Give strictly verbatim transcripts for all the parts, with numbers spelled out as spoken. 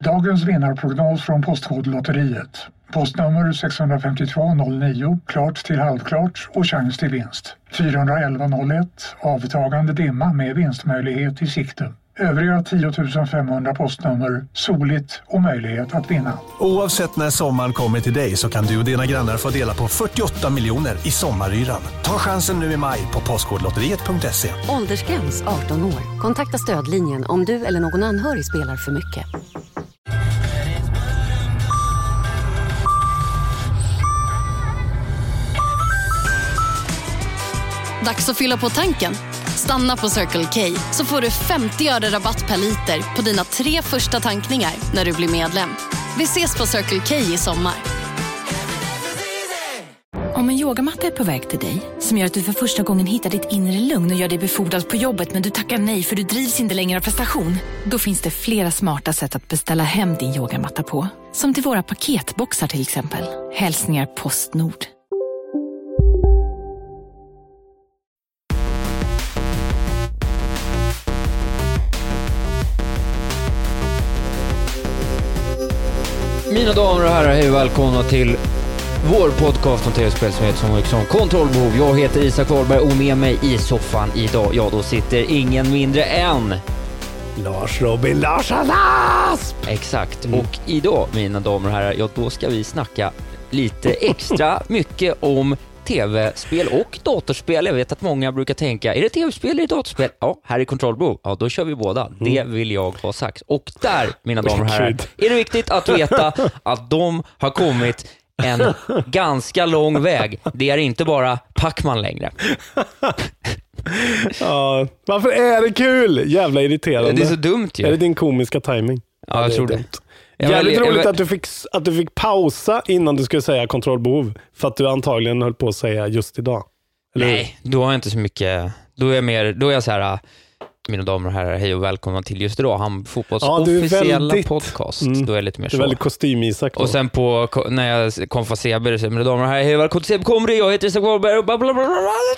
Dagens vinnarprognos från Postkodlotteriet. Postnummer sex fem två noll nio, klart till halvklart och chans till vinst. fyra ett ett noll ett, avtagande dimma med vinstmöjlighet i sikte. Övriga tio tusen femhundra postnummer, soligt och möjlighet att vinna. Oavsett när sommaren kommer till dig så kan du och dina grannar få dela på fyrtioåtta miljoner i sommaryran. Ta chansen nu i maj på postkodlotteriet punkt se. Åldersgräns arton år. Kontakta stödlinjen om du eller någon anhörig spelar för mycket. Dags att fylla på tanken. Stanna på Circle K så får du femtio öre rabatt per liter på dina tre första tankningar när du blir medlem. Vi ses på Circle K i sommar. Om en yogamatta är på väg till dig, som gör att du för första gången hittar ditt inre lugn och gör dig befordrad på jobbet men du tackar nej för du drivs inte längre av prestation, då finns det flera smarta sätt att beställa hem din yogamatta på. Som till våra paketboxar till exempel. Hälsningar Postnord. Mina damer och herrar, hej och välkomna till vår podcast om tv-spel som heter som, som Kontrollbehov. Jag heter Isak Wahlberg och med mig i soffan idag, ja då sitter ingen mindre än Lars Robin Larsson Asp! Exakt, mm. Och idag, mina damer och herrar, ja då ska vi snacka lite extra mycket om tv-spel och datorspel. Jag vet att många brukar tänka, är det tv-spel eller datorspel? Ja, här är Kontrollbehov. Ja, då kör vi båda. Mm. Det vill jag ha sagt. Och där, mina damer och herrar, är det viktigt att veta att de har kommit en ganska lång väg. Det är inte bara Pac-Man längre. Ja, varför är det kul? Jävla irriterande. Det är så dumt ju. Är det din komiska timing? Ja, jag tror det. Dumt. Jävligt roligt jag, att, du fick, att du fick pausa innan du skulle säga kontrollbehov. För att du antagligen höll på att säga just idag. Eller? Nej, då har jag inte så mycket. Då är jag mer, då är jag så här, mina damer och herrar, hej och välkomna till just idag han fotbolls ja, officiella väldigt, podcast. Mm, då är jag lite mer så. Du är väldigt kostym-Isak. Och sen på när jag kom för C B så mina damer och herrar, hej och välkomna till C B kommer det. Jag heter Isak Wahlberg och bla bla bla.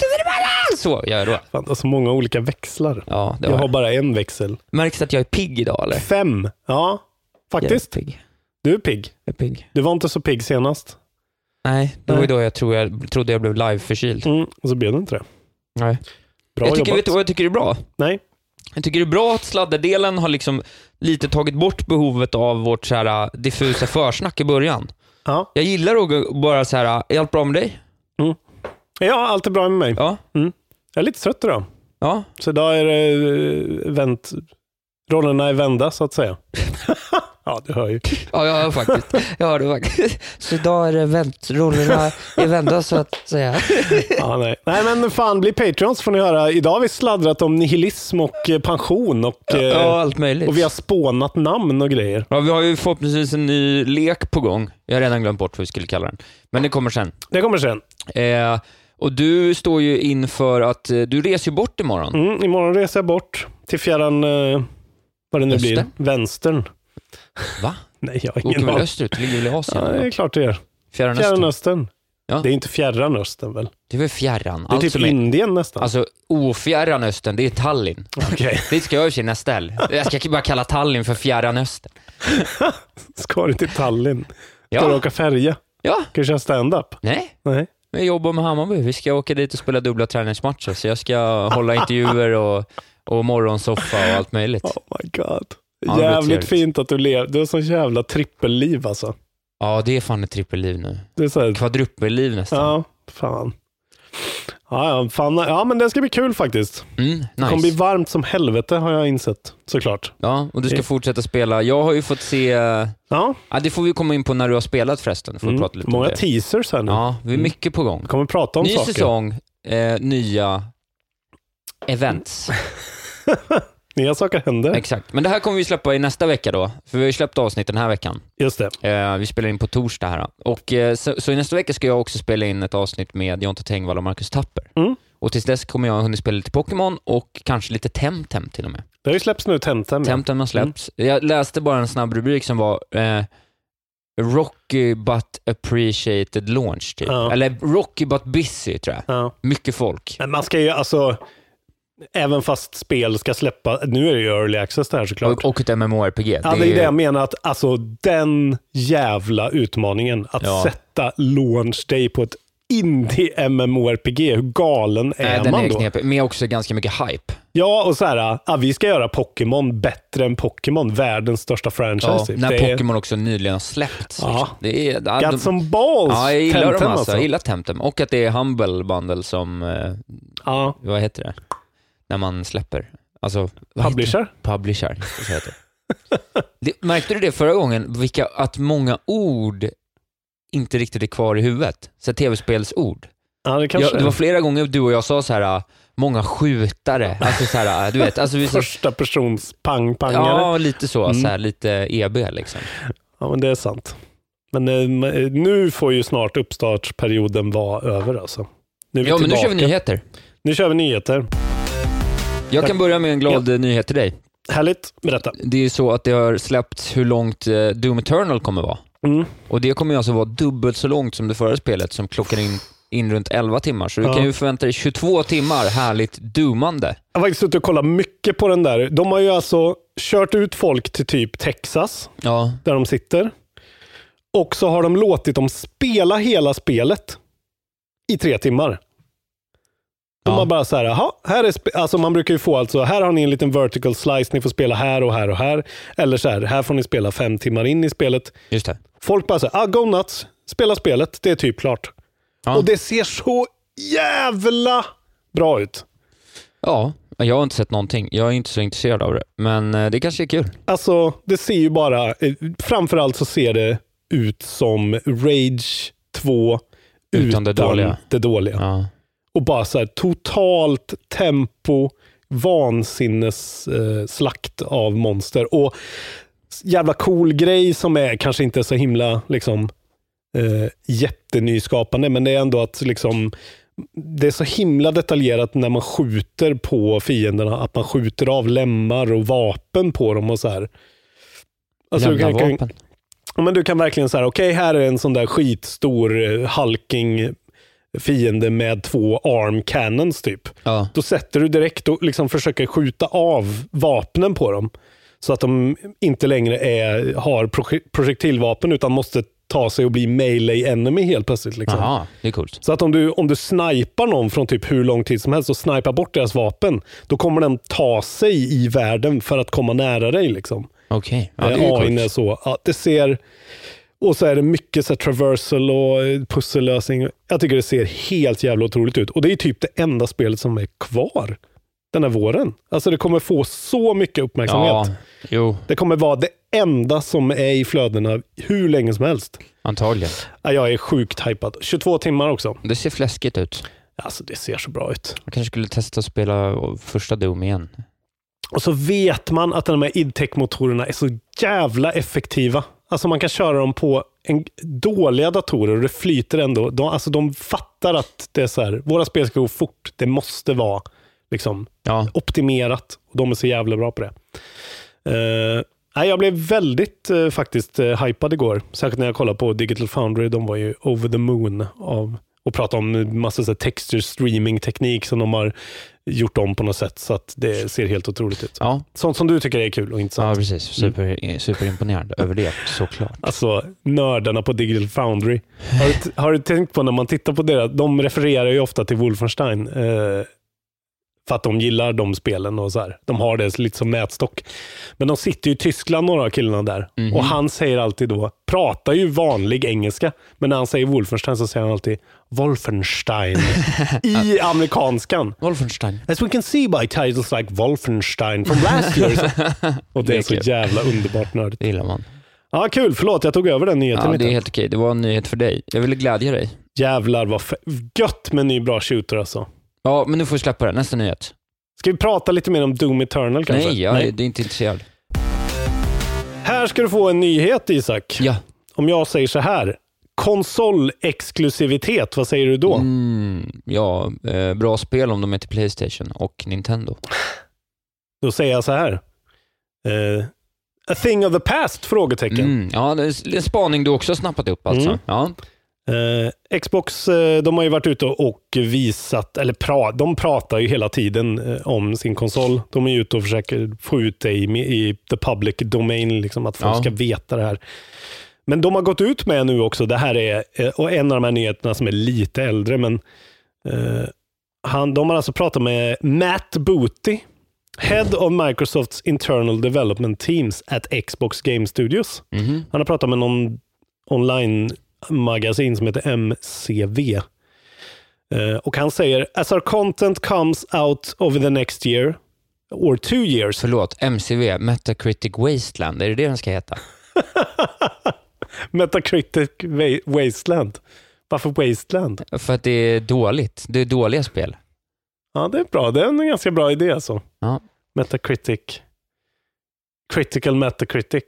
Så gör jag då. Fan, det är så många olika växlar. Ja, det jag har jag. bara en växel. Märks att jag är pigg idag eller? Fem. Ja. Faktiskt. Jag är pigg. Du är pigg. Jag är pigg. Du var inte så pigg senast. Nej, det var ju då jag, tror jag trodde jag blev live-förkyld. Mm, och så blev det inte det. Nej. Bra jag tycker, jobbat. vet du vad jag tycker är bra? Nej. Jag tycker det är bra att sladderdelen har liksom lite tagit bort behovet av vårt så här diffusa försnack i början. Ja. Jag gillar att bara så här, är allt bra med dig? Mm. Ja, allt är bra med mig. Ja. Mm. Jag är lite trött idag. Ja. Så idag är det vänt, rollerna är vända så att säga. Ja, det hör ju. Ja, jag hör faktiskt. Jag hör det faktiskt. Så idag är det vänt, rollerna är vända så att säga. Ja, nej. nej, men fan, bli Patreons får ni höra. Idag har vi sladdrat om nihilism och pension och, ja, ja, allt möjligt. Och vi har spånat namn och grejer. Ja, vi har ju förhoppningsvis en ny lek på gång. Jag har redan glömt bort vad vi skulle kalla den. Men det kommer sen. Det kommer sen. Eh, och du står ju inför att du reser ju bort imorgon. Mm, imorgon reser jag bort till fjärran, eh, vad det nu Öster? blir, vänstern. Va? Nej, jag har ingen åker väl aning. österut? Det ligger väl i Asien? Ja, det är klart det är. Fjärran, fjärran östern. Ja. Det är inte fjärran östern väl? Det är väl fjärran. Det är typ Indien nästan. Alltså ofjärran östern, det är Tallinn. Okay. Det ska jag ju nästa helg. Jag ska bara kalla Tallinn för fjärran östern. Ska du till Tallinn? Ja. Ska du åka färja? Ja. Ska du köra stand-up? Nej. Nej. Jag jobbar med Hammarby. Vi ska åka dit och spela dubbla träningsmatcher. Så jag ska hålla intervjuer och, och morgonsoffa och allt möjligt. Oh my god. Ja, jävligt fint att du lever. Du har så jävla trippelliv alltså. Ja, det är fan ett trippelliv nu. Det är så här... Kvadruppelliv nästan. Ja, fan. Ja, ja, fan. Ja, men det ska bli kul faktiskt. Mm, nice. Det kommer bli varmt som helvete har jag insett, såklart. Ja, och du ska fortsätta spela. Jag har ju fått se... Ja. Ja, det får vi komma in på när du har spelat förresten. Får mm. prata lite Många om det. teasers här nu. Ja, vi är mycket på gång. Vi kommer prata om Ny saker. Ny säsong, eh, nya events. Nya saker händer. Exakt, men det här kommer vi släppa i nästa vecka då. För vi har ju släppt avsnitt den här veckan. Just det. Eh, vi spelar in på torsdag här. Och eh, så, så i nästa vecka ska jag också spela in ett avsnitt med Jonte Tengvall och Marcus Tapper. Mm. Och tills dess kommer jag hunnit spela lite Pokémon och kanske lite Temtem till och med. Det har ju släppts nu, Temtem. Ja. Temtem har släppts. Mm. Jag läste bara en snabb rubrik som var eh, Rocky but appreciated launch typ. Ja. Eller Rocky but busy tror jag. Ja. Mycket folk. Men man ska ju alltså... Även fast spel ska släppa, nu är det ju early access det här såklart. Och, och ett MMORPG. Ja, det är ju det jag menar, att alltså den jävla utmaningen att ja. sätta launch day på ett indie MMORPG, hur galen är Nej, den man är då? Knepig, med också ganska mycket hype. Ja, och så här, ja, vi ska göra Pokémon bättre än Pokémon, världens största franchise. Ja, typ. när det Pokémon är... också nyligen har släppts. Ja. Liksom. Det är, ja, Got de... some balls. Ja, jag gillar Temtem, dem alltså. alltså. Jag gillar Temtem. Och att det är Humble Bundle som, eh, ja. vad heter det? När man släpper. Alltså, Publisher? Publisher, så heter det. det. Märkte du det förra gången? Vilka, att många ord inte riktigt är kvar i huvudet. Så tv-spelsord. Ja, det kanske jag, det var flera gånger du och jag sa så här, många skjutare, alltså så här, du vet, alltså vi så... första persons pang-pangare. Ja, lite så, mm. så här, lite E B liksom. Ja, men det är sant. Men eh, nu får ju snart uppstartsperioden vara över alltså. Nu är vi ja, tillbaka. men nu kör vi nyheter. Nu kör vi nyheter. Jag kan börja med en glad ja. nyhet till dig. Härligt, berätta. Det är så att det har släppt hur långt eh, Doom Eternal kommer vara. Mm. Och det kommer ju alltså vara dubbelt så långt som det förra spelet som klockar in in runt elva timmar. Så du ja. kan ju förvänta dig tjugotvå timmar härligt doomande. Jag har faktiskt suttit och kollat mycket på den där. De har ju alltså kört ut folk till typ Texas. Ja. Där de sitter. Och så har de låtit dem spela hela spelet i tre timmar. De ja. har bara så här, aha, här är spe- alltså man brukar ju få alltså, här har ni en liten vertical slice, ni får spela här och här och här. Eller så här, här får ni spela fem timmar in i spelet. Just det. Folk bara så här, ah, go nuts, spela spelet, det är typ klart. Ja. Och det ser så jävla bra ut. Ja, jag har inte sett någonting. Jag är inte så intresserad av det. Men det kanske är kul. Alltså, det ser ju bara... Framförallt så ser det ut som Rage två utan, utan det dåliga. Det dåliga. Ja. Och bara så här totalt tempo, vansinnes eh, slakt av monster. Och jävla cool grej som är kanske inte så himla liksom... Uh, jättenyskapande, men det är ändå att liksom, det är så himla detaljerat när man skjuter på fienderna, att man skjuter av lemmar och vapen på dem och så här. Alltså, du kan, vapen? Kan, ja, men du kan verkligen så här, okej, okay, här är en sån där skitstor uh, hulking fiende med två arm cannons typ. Ja. Då sätter du direkt och liksom försöker skjuta av vapnen på dem så att de inte längre är, har projektilvapen utan måste ta sig och bli melee enemy helt plötsligt. Liksom. Aha, det är coolt. Så att om du, om du snipar någon från typ hur lång tid som helst och snipar bort deras vapen, då kommer den ta sig i världen för att komma nära dig. Liksom. Okej, okay. Ja, det är coolt. Är så. Ja, det ser... Och så är det mycket så här traversal och pussellösning. Jag tycker det ser helt jävla otroligt ut. Och det är typ det enda spelet som är kvar den här våren. Alltså det kommer få så mycket uppmärksamhet. Ja, jo. Det kommer vara det enda som är i flödena hur länge som helst. Antagligen. Ja, jag är sjukt hypad. tjugotvå timmar också. Det ser fläskigt ut. Alltså det ser så bra ut. Man kanske skulle testa att spela första Doom igen. Och så vet man att de här id-tech-motorerna är så jävla effektiva. Alltså man kan köra dem på en dåliga datorer och det flyter ändå. De, alltså de fattar att det är så här, våra spel ska gå fort. Det måste vara liksom ja. optimerat. Och de är så jävla bra på det. Uh, nej, jag blev väldigt uh, faktiskt uh, hypad igår. Särskilt när jag kollade på Digital Foundry. De var ju over the moon av och prata om massa så här texture streaming teknik som de har gjort om på något sätt så att det ser helt otroligt ut. Ja. Sånt som du tycker är kul och intressant. Ja, precis. Super, mm. Superimponerad över det, såklart. Alltså, nördarna på Digital Foundry. Har du, har du tänkt på när man tittar på det? De refererar ju ofta till Wolfenstein eh, för att de gillar de spelen och så här. De har det lite som mätstock. Men de sitter ju i Tyskland, några av killarna där. Mm-hmm. Och han säger alltid då, pratar ju vanlig engelska, men när han säger Wolfenstein så säger han alltid Wolfenstein i amerikanskan. Wolfenstein. As we can see by titles like Wolfenstein from last year. Och det är så jävla underbart nördigt. Det gillar man. Ja, kul. Förlåt, jag tog över den nyheten. Ja, det är helt okej. Det var en nyhet för dig. Jag ville glädja dig. Jävlar vad f- gött med en ny bra shooter alltså. Ja, men nu får vi släppa det. Nästa nyhet. Ska vi prata lite mer om Doom Eternal kanske? Nej, jag Nej. är inte intresserad. Här ska du få en nyhet, Isak. Ja. Om jag säger så här. Konsolexklusivitet, vad säger du då? Mm, ja, eh, bra spel om de är till PlayStation och Nintendo. Då säger jag så här. Eh, a thing of the past, frågetecken. Mm, ja, det är en spaning du också har snappat upp alltså. Mm. Ja. Eh, Xbox, eh, de har ju varit ute och visat, eller pra, de pratar ju hela tiden eh, om sin konsol. De är ju ute och försöker få ut det i, i the public domain, liksom, att folk ja. ska veta det här. Men de har gått ut med nu också, det här är eh, och en av de här nyheterna som är lite äldre, men eh, han, de har alltså pratat med Matt Booty, Head of Microsofts Internal Development Teams at Xbox Game Studios. Mm-hmm. Han har pratat med någon online-magasin som heter M C V. Uh, och han säger, as our content comes out over the next year, or two years. Förlåt, M C V, Metacritic Wasteland, är det det den ska heta? Metacritic wa- Wasteland. Varför Wasteland? För att det är dåligt. Det är dåliga spel. Ja, det är bra. Det är en ganska bra idé alltså. Ja. Metacritic. Critical Metacritic.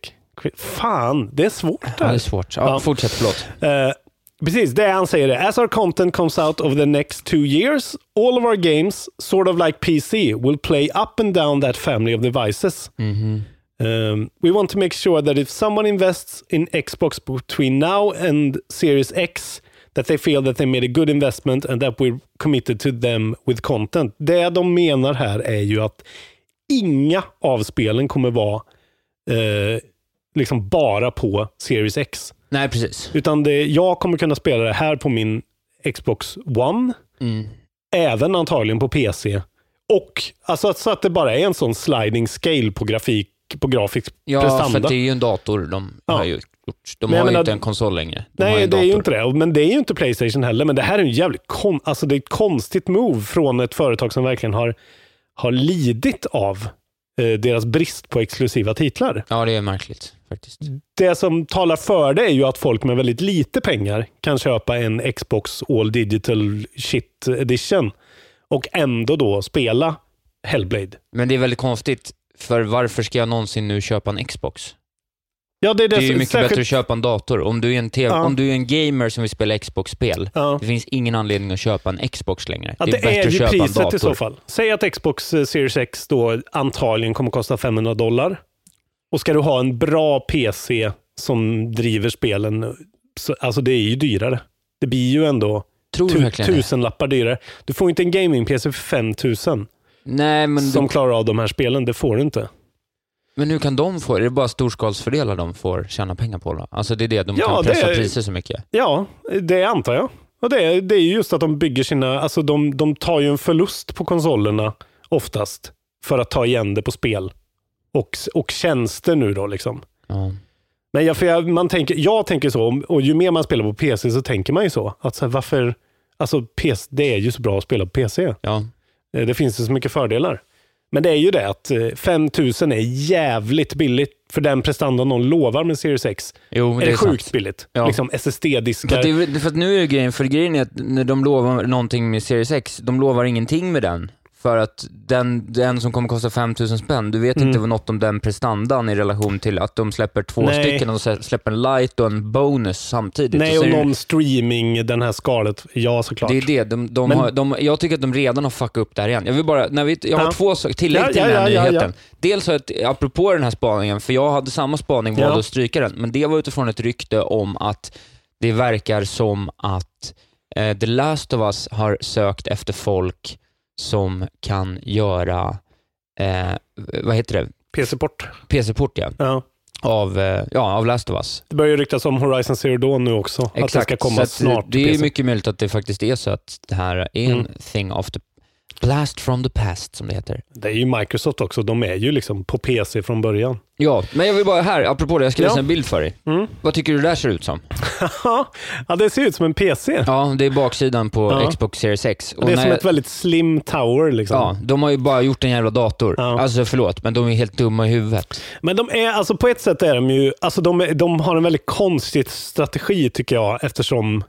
Fan, det är svårt. Ja, det är svårt. Ja, ja. Fortsätt, förlåt. Uh, precis, det han säger är, as our content comes out over the next two years, all of our games, sort of like P C, will play up and down that family of devices. Mm-hmm. Um, we want to make sure that if someone invests in Xbox between now and Series X, that they feel that they made a good investment and that we're committed to them with content. Det de menar här är ju att inga av spelen kommer vara eh, liksom bara på Series X. Nej, precis. Utan det, jag kommer kunna spela det här på min Xbox One, mm. även antagligen på P C. Och alltså så att det bara är en sån sliding scale på grafik, på grafisk ja, prestanda. Ja, för det är ju en dator de ja. har ju gjort. De men har ju menar, inte en konsol längre. De nej, en det är ju inte det. Men det är ju inte PlayStation heller. Men det här är en jävligt kon- alltså det är ett konstigt move från ett företag som verkligen har, har lidit av eh, deras brist på exklusiva titlar. Ja, det är märkligt faktiskt. Det som talar för det är ju att folk med väldigt lite pengar kan köpa en Xbox All Digital Shit Edition och ändå då spela Hellblade. Men det är väldigt konstigt, för varför ska jag någonsin nu köpa en Xbox? Ja, det är, det det är ju mycket särskilt... bättre att köpa en dator. Om du är en, T V, ja. om du är en gamer som vill spela Xbox-spel, ja. det finns ingen anledning att köpa en Xbox längre. Ja, det är det bättre är att ju köpa priset en dator. I så fall. Säg att Xbox Series X då antagligen kommer kosta femhundra dollar. Och ska du ha en bra P C som driver spelen, så, alltså det är ju dyrare. Det blir ju ändå tu- tusen lappar dyrare. Du får inte en gaming-P C för fem tusen. Nej, men som du... klarar av de här spelen. Det får du inte. Men hur kan de få, är det bara storskalsfördelar de får tjäna pengar på då? Alltså det är det, de ja, kan pressa det är, priser så mycket. Ja, det antar jag. Och det är, det är just att de bygger sina, alltså de, de tar ju en förlust på konsolerna oftast för att ta igen det på spel. Och, och tjänster nu då liksom. Ja. Men jag, för jag, man tänker, jag tänker så, och ju mer man spelar på P C så tänker man ju så. Att så här, varför, alltså P C, det är ju så bra att spela på P C. Ja. Det finns ju så mycket fördelar. Men det är ju det att fem tusen är jävligt billigt för den prestandan någon lovar med Series X. Jo, är det det är sjukt sant. billigt. Ja. Liksom S S D-diskar. För, att det, för att nu är det grejen, för grejen är att när de lovar någonting med Series X, de lovar ingenting med den. För att den, den som kommer kosta fem tusen spänn, du vet mm. inte vad något om den prestandan i relation till att de släpper två Nej. stycken och släpper en light och en bonus samtidigt. Nej, och, och någon streaming, den här skalet, ja såklart. Det är det, de, de Men... har, de, jag tycker att de redan har fuckat upp där igen. Jag vill bara, när vi, jag har ja. två tillägg till ja, ja, den här ja, nyheten. Ja, ja. Dels har jag, apropå den här spaningen, för jag hade samma spaning, valde ja. att stryka den, men det var utifrån ett rykte om att det verkar som att eh, The Last of Us har sökt efter folk som kan göra eh, vad heter det? P C-port. P C-port, ja. Ja. Av, eh, ja, av Last of Us. Det börjar ju ryktas om Horizon Zero Dawn nu också. Exakt. Att det ska komma att snart. Det är P C. mycket möjligt att det faktiskt är så att det här är en mm. thing of the blast from the past, som det heter. Det är ju Microsoft också. De är ju liksom på P C från början. Ja, men jag vill bara här, apropå det, jag ska ja. visa en bild för dig. Mm. Vad tycker du det där ser ut som? Ja, det ser ut som en P C. Ja, det är baksidan på ja. Xbox Series X. Och det är som jag... ett väldigt slim tower liksom. Ja, de har ju bara gjort en jävla dator. Ja. Alltså förlåt, men de är helt dumma i huvudet. Men de är, alltså på ett sätt är de ju, alltså de, är, de har en väldigt konstig strategi tycker jag, eftersom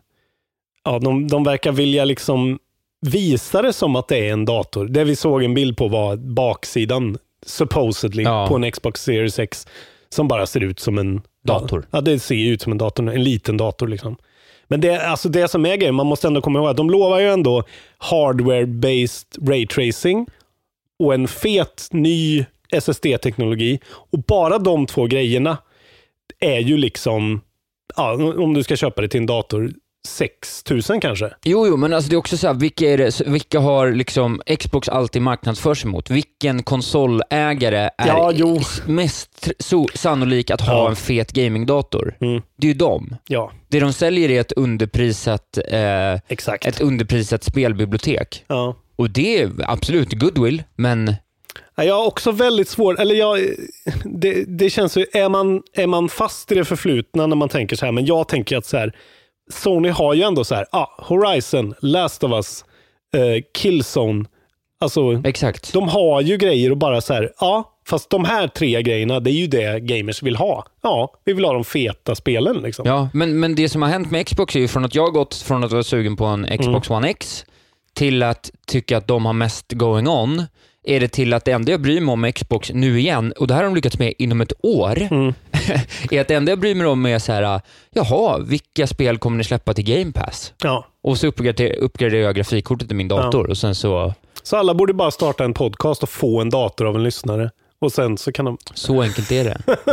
ja, de, de verkar vilja liksom visa det som att det är en dator. Det vi såg en bild på var baksidan supposedly ja. på en Xbox Series X som bara ser ut som en dator. Ja, det ser ut som en dator, en liten dator liksom. Men det, alltså det som är grejen, man måste ändå komma ihåg att de lovar ju ändå hardware-based raytracing och en fet ny S S D-teknologi. Och bara de två grejerna är ju liksom, ja, om du ska köpa det till en dator, sex tusen kanske. Jo, jo, men alltså det är också så här, vilka, är det, vilka har liksom Xbox alltid marknadsför sig mot? Vilken konsolägare är ja, jo. mest so, sannolik att ha ja. en fet gamingdator? Mm. Det är ju dem. Ja. Det de säljer är ett underprisat, eh, Exakt. ett underprisat spelbibliotek. Ja. Och det är absolut goodwill, men... Jag har också väldigt svårt, eller jag, det, det känns ju, är man, är man fast i det förflutna när man tänker så här, men jag tänker att så här, Sony har ju ändå så här, ah, Horizon, Last of Us, eh, Killzone, alltså Exakt. De har ju grejer och bara så här, ja, ah, fast de här tre grejerna, det är ju det gamers vill ha. Ja, vi vill ha de feta spelen liksom. Ja, men, men det som har hänt med Xbox är ju från att jag har gått från att vara sugen på en Xbox mm. One X till att tycka att de har mest going on, är det till att det enda jag bryr mig om med Xbox nu igen, och det här har de lyckats med inom ett år, mm. är att det enda jag bryr mig om är så här, jaha, vilka spel kommer ni släppa till Game Pass? Ja. Och så uppgraderar, uppgraderar jag grafikkortet i min dator ja. och sen så... Så alla borde bara starta en podcast och få en dator av en lyssnare. Och sen så kan de... Så enkelt är det.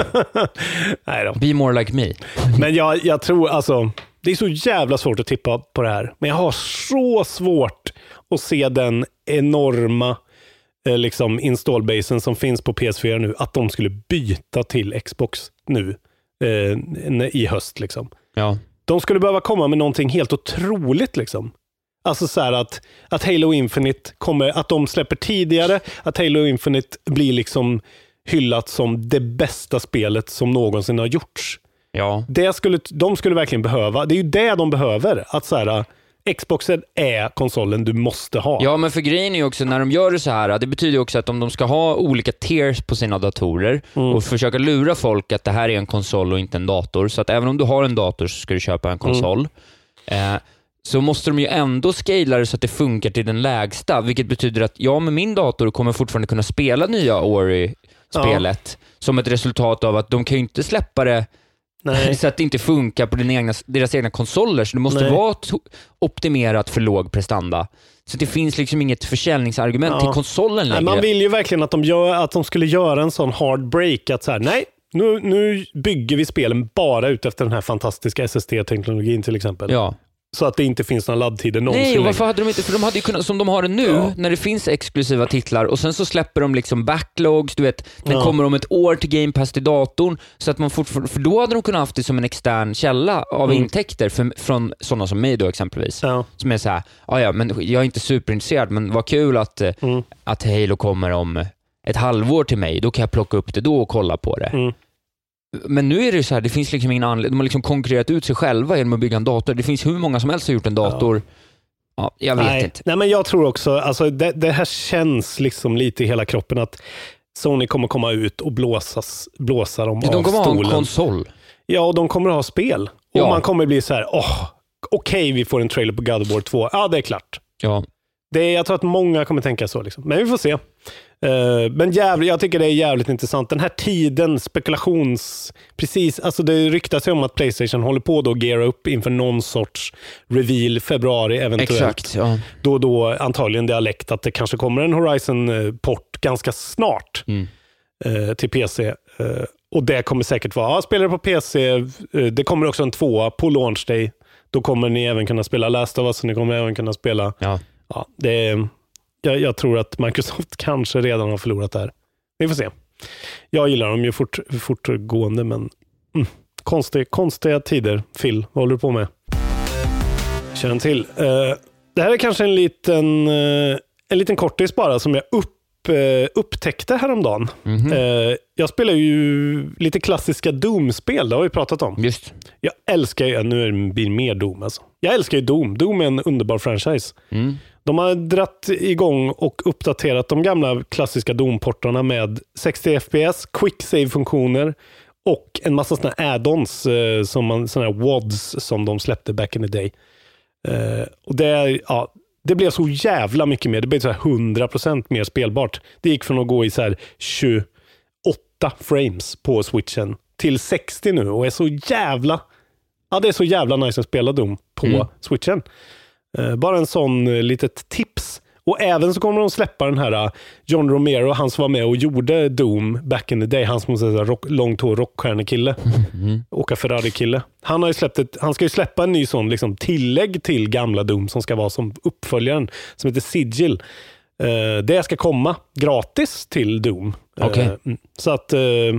Nej då. Be more like me. Men jag, jag tror, alltså, det är så jävla svårt att tippa på det här. Men jag har så svårt att se den enorma liksom installbasen som finns på P S fyra nu, att de skulle byta till Xbox nu eh, i höst liksom. Ja. De skulle behöva komma med någonting helt otroligt liksom. Alltså så här att, att Halo Infinite kommer, att de släpper tidigare, att Halo Infinite blir liksom hyllat som det bästa spelet som någonsin har gjorts. Ja. Det skulle, de skulle verkligen behöva, det är ju det de behöver, att så här, Xboxen är konsolen du måste ha. Ja, men för grejen är ju också, när de gör det så här, det betyder ju också att om de ska ha olika tiers på sina datorer mm. och försöka lura folk att det här är en konsol och inte en dator, så att även om du har en dator så ska du köpa en konsol, mm. eh, så måste de ju ändå scala det så att det funkar till den lägsta, vilket betyder att jag med min dator kommer fortfarande kunna spela nya Ori-spelet ja. som ett resultat av att de kan ju inte släppa det Nej. så att det inte funkar på din egna, deras egna konsoler, så det måste Nej. vara to- optimerat för låg prestanda. Så det finns liksom inget försäljningsargument ja. till konsolen längre. Nej, man vill ju verkligen att de, gör, att de skulle göra en sån hard break, att så här, nej, nu, nu bygger vi spelen bara ut efter den här fantastiska S S D-teknologin till exempel. Ja. Så att det inte finns några laddtider någonsin. Nej, varför hade de inte? För de hade ju kunnat, som de har det nu, ja. när det finns exklusiva titlar, och sen så släpper de liksom backlogs, du vet, den ja. kommer om ett år till Game Pass till datorn, så att man fortfarande, för då hade de kunnat haft det som en extern källa av mm. intäkter för, från sådana som mig då exempelvis. Ja. Som är så här, ja ja, men jag är inte superintresserad, men vad kul att, mm. att Halo kommer om ett halvår till mig, då kan jag plocka upp det då och kolla på det. Mm. Men nu är det ju så här, det finns liksom ingen anledning, de har liksom konkurrerat ut sig själva genom att bygga en dator. Det finns hur många som helst som har gjort en dator. Ja, ja jag vet Nej. inte. Nej, men jag tror också, alltså det, det här känns liksom lite i hela kroppen att Sony kommer komma ut och blåsas, blåsa dem de av stolen. De kommer ha en konsol. Ja, och de kommer ha spel. Och ja. man kommer bli så här, åh, oh, okej, okay, vi får en trailer på God of War två. Ja, det är klart. Ja. Det är, jag tror att många kommer tänka så. Liksom. Men vi får se. Uh, men jävligt, jag tycker det är jävligt intressant. Den här tiden, spekulations... Precis, alltså det ryktas ju om att PlayStation håller på då att geara upp inför någon sorts reveal februari eventuellt. Exakt, ja. Då, då antagligen det har läckt att det kanske kommer en Horizon-port ganska snart mm. uh, till P C. Uh, och det kommer säkert vara, ja, spelare på P C, uh, det kommer också en tvåa på launch day. Då kommer ni även kunna spela Last of Us, och ni kommer även kunna spela... Ja. Ja, det är, jag, jag tror att Microsoft kanske redan har förlorat det här. Vi får se. Jag gillar dem ju fort, fortgående, men mm, konstig, konstiga tider. Phil, vad håller du på med? Kör en till. Uh, det här är kanske en liten, uh, en liten kortis bara som jag upp, uh, upptäckte häromdagen. Mm-hmm. Uh, jag spelar ju lite klassiska Doom-spel, det har vi pratat om. Just. Jag älskar ju, nu blir det mer Doom alltså. Jag älskar ju Doom. Doom är en underbar franchise. Mm. De har dratt igång och uppdaterat de gamla klassiska Doom-portarna med sextio F P S, quick save-funktioner och en massa såna add-ons, eh, som man, såna här W O Ds som de släppte back in the day. Eh, och det, ja, det blev så jävla mycket mer. Det blev så här hundra procent mer spelbart. Det gick från att gå i så här tjugoåtta frames på Switchen till sextio nu, och är så jävla ja, det är så jävla nice att spela Doom på mm. Switchen. Uh, bara en sån uh, litet tips. Och även så kommer de släppa den här John Romero, han som var med och gjorde Doom back in the day, han som måste säga rock, långt hår rockstjärnekille. Mm. Åka Ferrari-kille. Han har ju släppt ett, han ska ju släppa en ny sån liksom tillägg till gamla Doom som ska vara som uppföljaren som heter Sigil. Uh, det ska komma gratis till Doom. Okay. Uh, så att uh,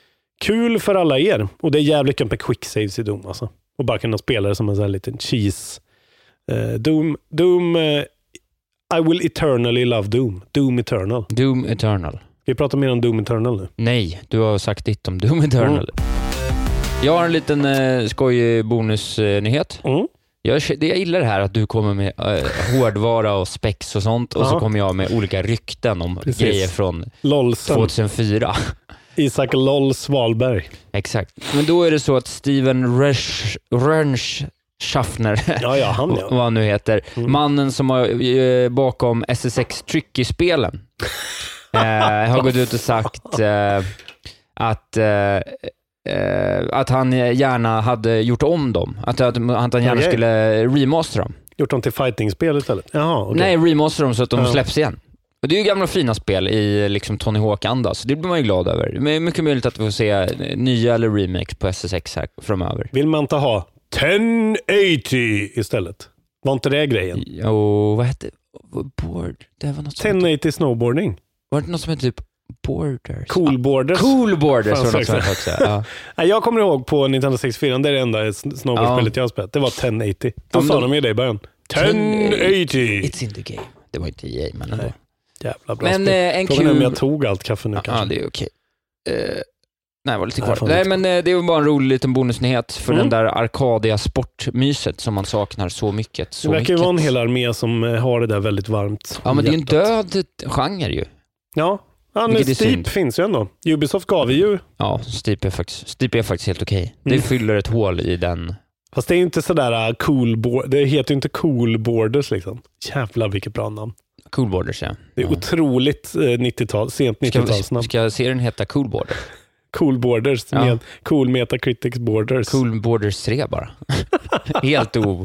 kul för alla er. Och det är jävligt med quick saves i Doom alltså. Och bara kunna spela det som en sån här liten cheese. Uh, Doom, Doom uh, I will eternally love Doom. Doom Eternal. Doom Eternal. Ska vi prata mer om Doom Eternal nu? Nej, du har sagt ditt om Doom Eternal. Mm. Jag har en liten uh, skojig bonusnyhet. Uh, mm. Jag, det jag gillar det här att du kommer med uh, hårdvara och specs och sånt. Och ja. Så kommer jag med olika rykten om Precis. Grejer från Lolsen. tjugohundrafyra. Isak Lols Wahlberg. Exakt. Men då är det så att Steven Rönsch Schaffner, ja, ja, han, ja. vad han nu heter, mm. mannen som har eh, bakom S S X Tricky-spelen eh, har gått ut och sagt eh, att eh, eh, att han gärna hade gjort om dem, att, att, att han gärna okay. skulle remastera dem. Gjort dem till fighting-spel istället? Jaha, okay. Nej, remastera dem så att de ja. Släpps igen. Och det är ju gamla fina spel i liksom Tony Hawk-anda, så det blir man ju glad över. Men det är mycket möjligt att vi får se nya eller remakes på S S X här framöver. Vill man inte ha ten eighty istället? Var inte det grejen? Jo, vad hette board? Det var något ten eighty hette... snowboarding. Var det något som hette typ Borders? Cool Borders. Cool Borders var något som jag också. Ja. Jag kommer ihåg på Nintendo sextiofyra, det är det enda snowboardspelet ja. Jag har spelat. Det var ten eighty. Då ja, sa de ju det i början. ten eighty! It's in the game. Det var inte i game, men ändå. Jävla bra men, spel. Eh, en Frågan kul... är om jag tog allt kaffe nu ja, kanske. Ja, det är okej. Okay. Uh... Nej, det var lite kvar. Nej, Nej men eh, det var bara en rolig liten bonusnyhet för mm. den där arkadiga sportmyset som man saknar så mycket. Så det verkar mycket. ju vara en hel armé som eh, har det där väldigt varmt. Ja, men det är ju en död genre ju. Ja, ja men Steep finns ju ändå. Ubisoft gav ju. Ja, Steep är faktiskt, Steep är faktiskt helt okej. Okay. Mm. Det fyller ett hål i den. Fast det är ju inte sådär cool bo- det heter ju inte Cool Borders liksom. Jävlar vilket bra namn. Cool Borders, ja. Det är ja. Otroligt eh, nittiotal, sent nittiotalsnamn. Ska, ska serien heta Cool Borders? Cool Borders, ja. Med Cool Metacritics Borders. Cool Borders tre bara. Helt o...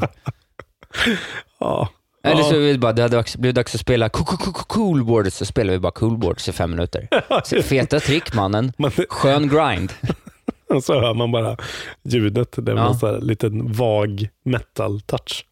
Ja. Eller så vill bara, det hade blivit dags att spela Cool Borders, så spelar vi bara Cool Borders i fem minuter. Så feta trick, mannen. Skön grind. Och så hör man bara ljudet. Det är ja. En liten vag metal-touch.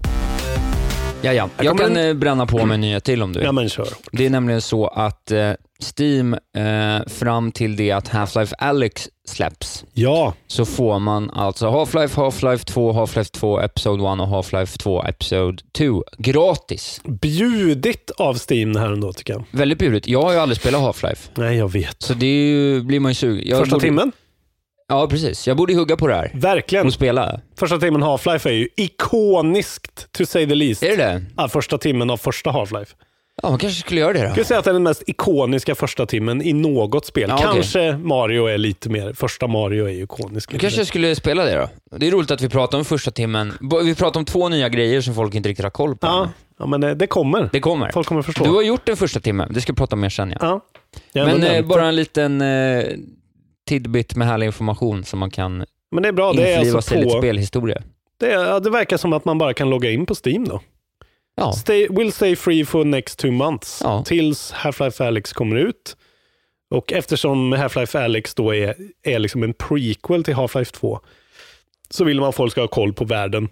Ja, ja. Jag, jag kan en... bränna på med en nyhet till om du. Ja, men kör. Det är nämligen så att eh, Steam eh, fram till det att Half-Life Alyx släpps ja. Så får man alltså Half-Life, Half-Life två, Half-Life två Episode ett och Half-Life två Episode två gratis. Bjudit av Steam här ändå tycker jag. Väldigt bjudit. Jag har ju aldrig spelat Half-Life. Nej, jag vet. Så det är ju, blir man ju sugen. Jag Första borde... timmen? Ja, precis. Jag borde hugga på det här. Verkligen. Och spela. Första timmen Half-Life är ju ikoniskt, to say the least. Är det det? Ja, första timmen av första Half-Life. Ja, man kanske skulle göra det då. Jag skulle säga att det är den mest ikoniska första timmen i något spel. Ja, kanske okay. Mario är lite mer... Första Mario är ju ikonisk. Du kanske skulle spela det då. Det är roligt att vi pratar om första timmen. Vi pratar om två nya grejer som folk inte riktigt har koll på. Ja, ja men det, det kommer. Det kommer. Folk kommer förstå. Du har gjort den första timmen. Det ska vi prata om mer sen, ja. Ja. Men eh, bara en liten eh, tidbit med härlig information som man kan men det är bra. Det är infliva alltså sig på... lite spelhistoria. Det, är, det verkar som att man bara kan logga in på Steam då. Ja. Stay, will stay free for next two months ja. Tills Half-Life Alyx kommer ut. Och eftersom Half-Life Alyx då är, är liksom en prequel till Half-Life två så vill man att folk ska ha koll på världen.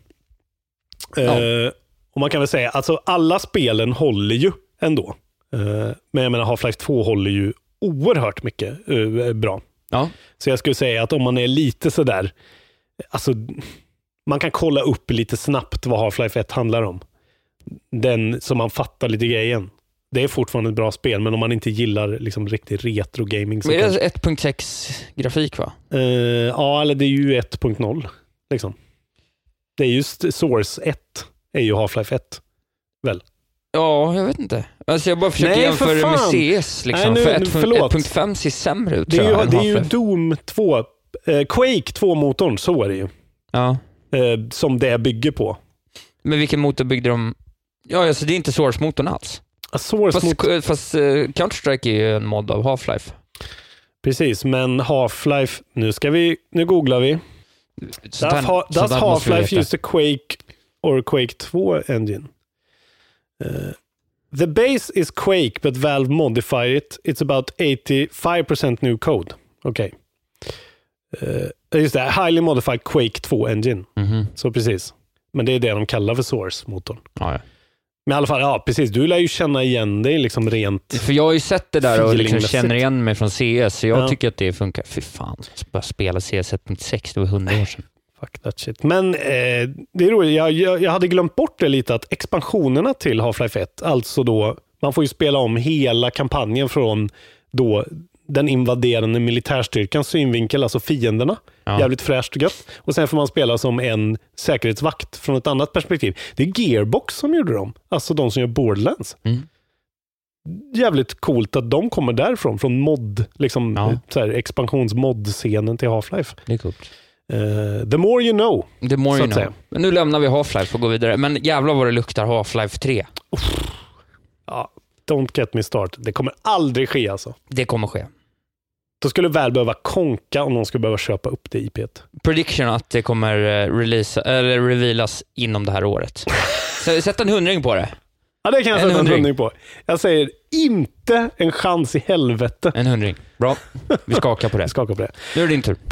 Ja. Eh, och man kan väl säga alltså alla spelen håller ju ändå. Eh, men jag menar Half-Life två håller ju oerhört mycket eh, bra. Ja. Så jag skulle säga att om man är lite sådär alltså man kan kolla upp lite snabbt vad Half-Life ett handlar om. Den som man fattar lite grejen. Det är fortfarande ett bra spel, men om man inte gillar liksom riktigt retro gaming så men är kanske... det ett punkt sex grafik va? Uh, ja, eller det är ju ett punkt noll liksom. Det är just Source ett är ju Half-Life ett väl? Ja, jag vet inte. Alltså jag bara försöker Nej, jämföra för med C S liksom. Nej, nu, för ett punkt fem ser sämre ut. Det är ju, det är ju Doom två eh, Quake två-motorn, så är det ju. Ja. Eh, som det bygger på. Men vilken motor byggde de? Ja, alltså det är inte Source-motorn alls. A Source fast mot... fast uh, Counter-Strike är ju en mod av Half-Life. Precis, men Half-Life, nu ska vi, nu googlar vi. Does, ha, does Half-Life use the Quake or Quake två engine? Uh, The base is Quake, but Valve modified it. It's about eighty-five percent new code. Okej. Okay. Uh, just det, highly modified Quake två engine. Mm-hmm. Så precis. Men det är det de kallar för Source-motorn. Ja, ja. Men i alla fall, ja precis. Du lär ju känna igen dig liksom rent. För jag har ju sett det där och liksom känner igen mig från C S. Så jag ja. tycker att det funkar. Fy fan, bara spela C S ett punkt sex, det var hundra år sedan. Fuck that shit. Men eh, det är roligt. Jag, jag, jag hade glömt bort det lite att expansionerna till Half-Life ett, alltså då, man får ju spela om hela kampanjen från då den invaderande militärstyrkans synvinkel, alltså fienderna. Ja. Jävligt fräscht och gött. Och sen får man spela som en säkerhetsvakt från ett annat perspektiv. Det är Gearbox som gjorde dem. Alltså de som gör Borderlands. Mm. Jävligt coolt att de kommer därifrån. Från mod, liksom ja. så här, expansionsmod-scenen till Half-Life. Det är coolt. Uh, the more you know. The more you know. Men nu lämnar vi Half-Life och går vidare. Men jävlar vad det luktar Half-Life tre. Uff. Ja, don't get me start. Det kommer aldrig ske alltså. Det kommer ske. Då skulle väl behöva konka om någon skulle behöva köpa upp det I P. Prediction att det kommer release, eller revealas inom det här året. Så sätt en hundring på det. Ja, det kan jag en sätta hundring. en hundring på. Jag säger inte en chans i helvete. En hundring. Bra. Vi skakar på det. Vi skakar på det. Nu är det din tur.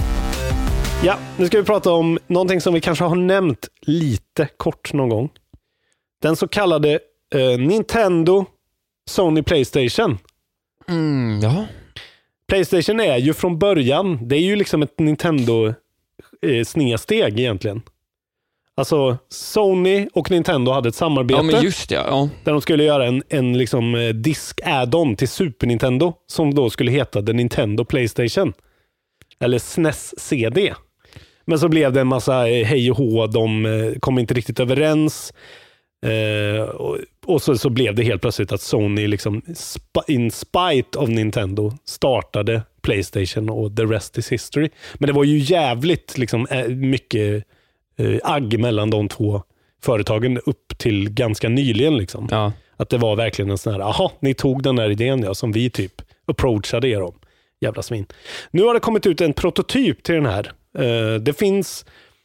Ja, nu ska vi prata om någonting som vi kanske har nämnt lite kort någon gång. Den så kallade eh, Nintendo Sony PlayStation. Mm, ja. PlayStation är ju från början, det är ju liksom ett Nintendo eh, snedsteg egentligen. Alltså Sony och Nintendo hade ett samarbete. Ja, men just det, ja. Där de skulle göra en, en liksom eh, disk add-on till Super Nintendo som då skulle heta The Nintendo PlayStation. Eller S N E S C D. Men så blev det en massa eh, hej och hå, de eh, kom inte riktigt överens. Uh, och, och så, så blev det helt plötsligt att Sony liksom sp- in spite of Nintendo startade PlayStation och the rest is history. Men det var ju jävligt liksom, mycket uh, agg mellan de två företagen upp till ganska nyligen liksom. Ja. Att det var verkligen en sån här, aha, ni tog den här idén ja, som vi typ approachade er om. Jävla svin. Nu har det kommit ut en prototyp till den här. Uh, det finns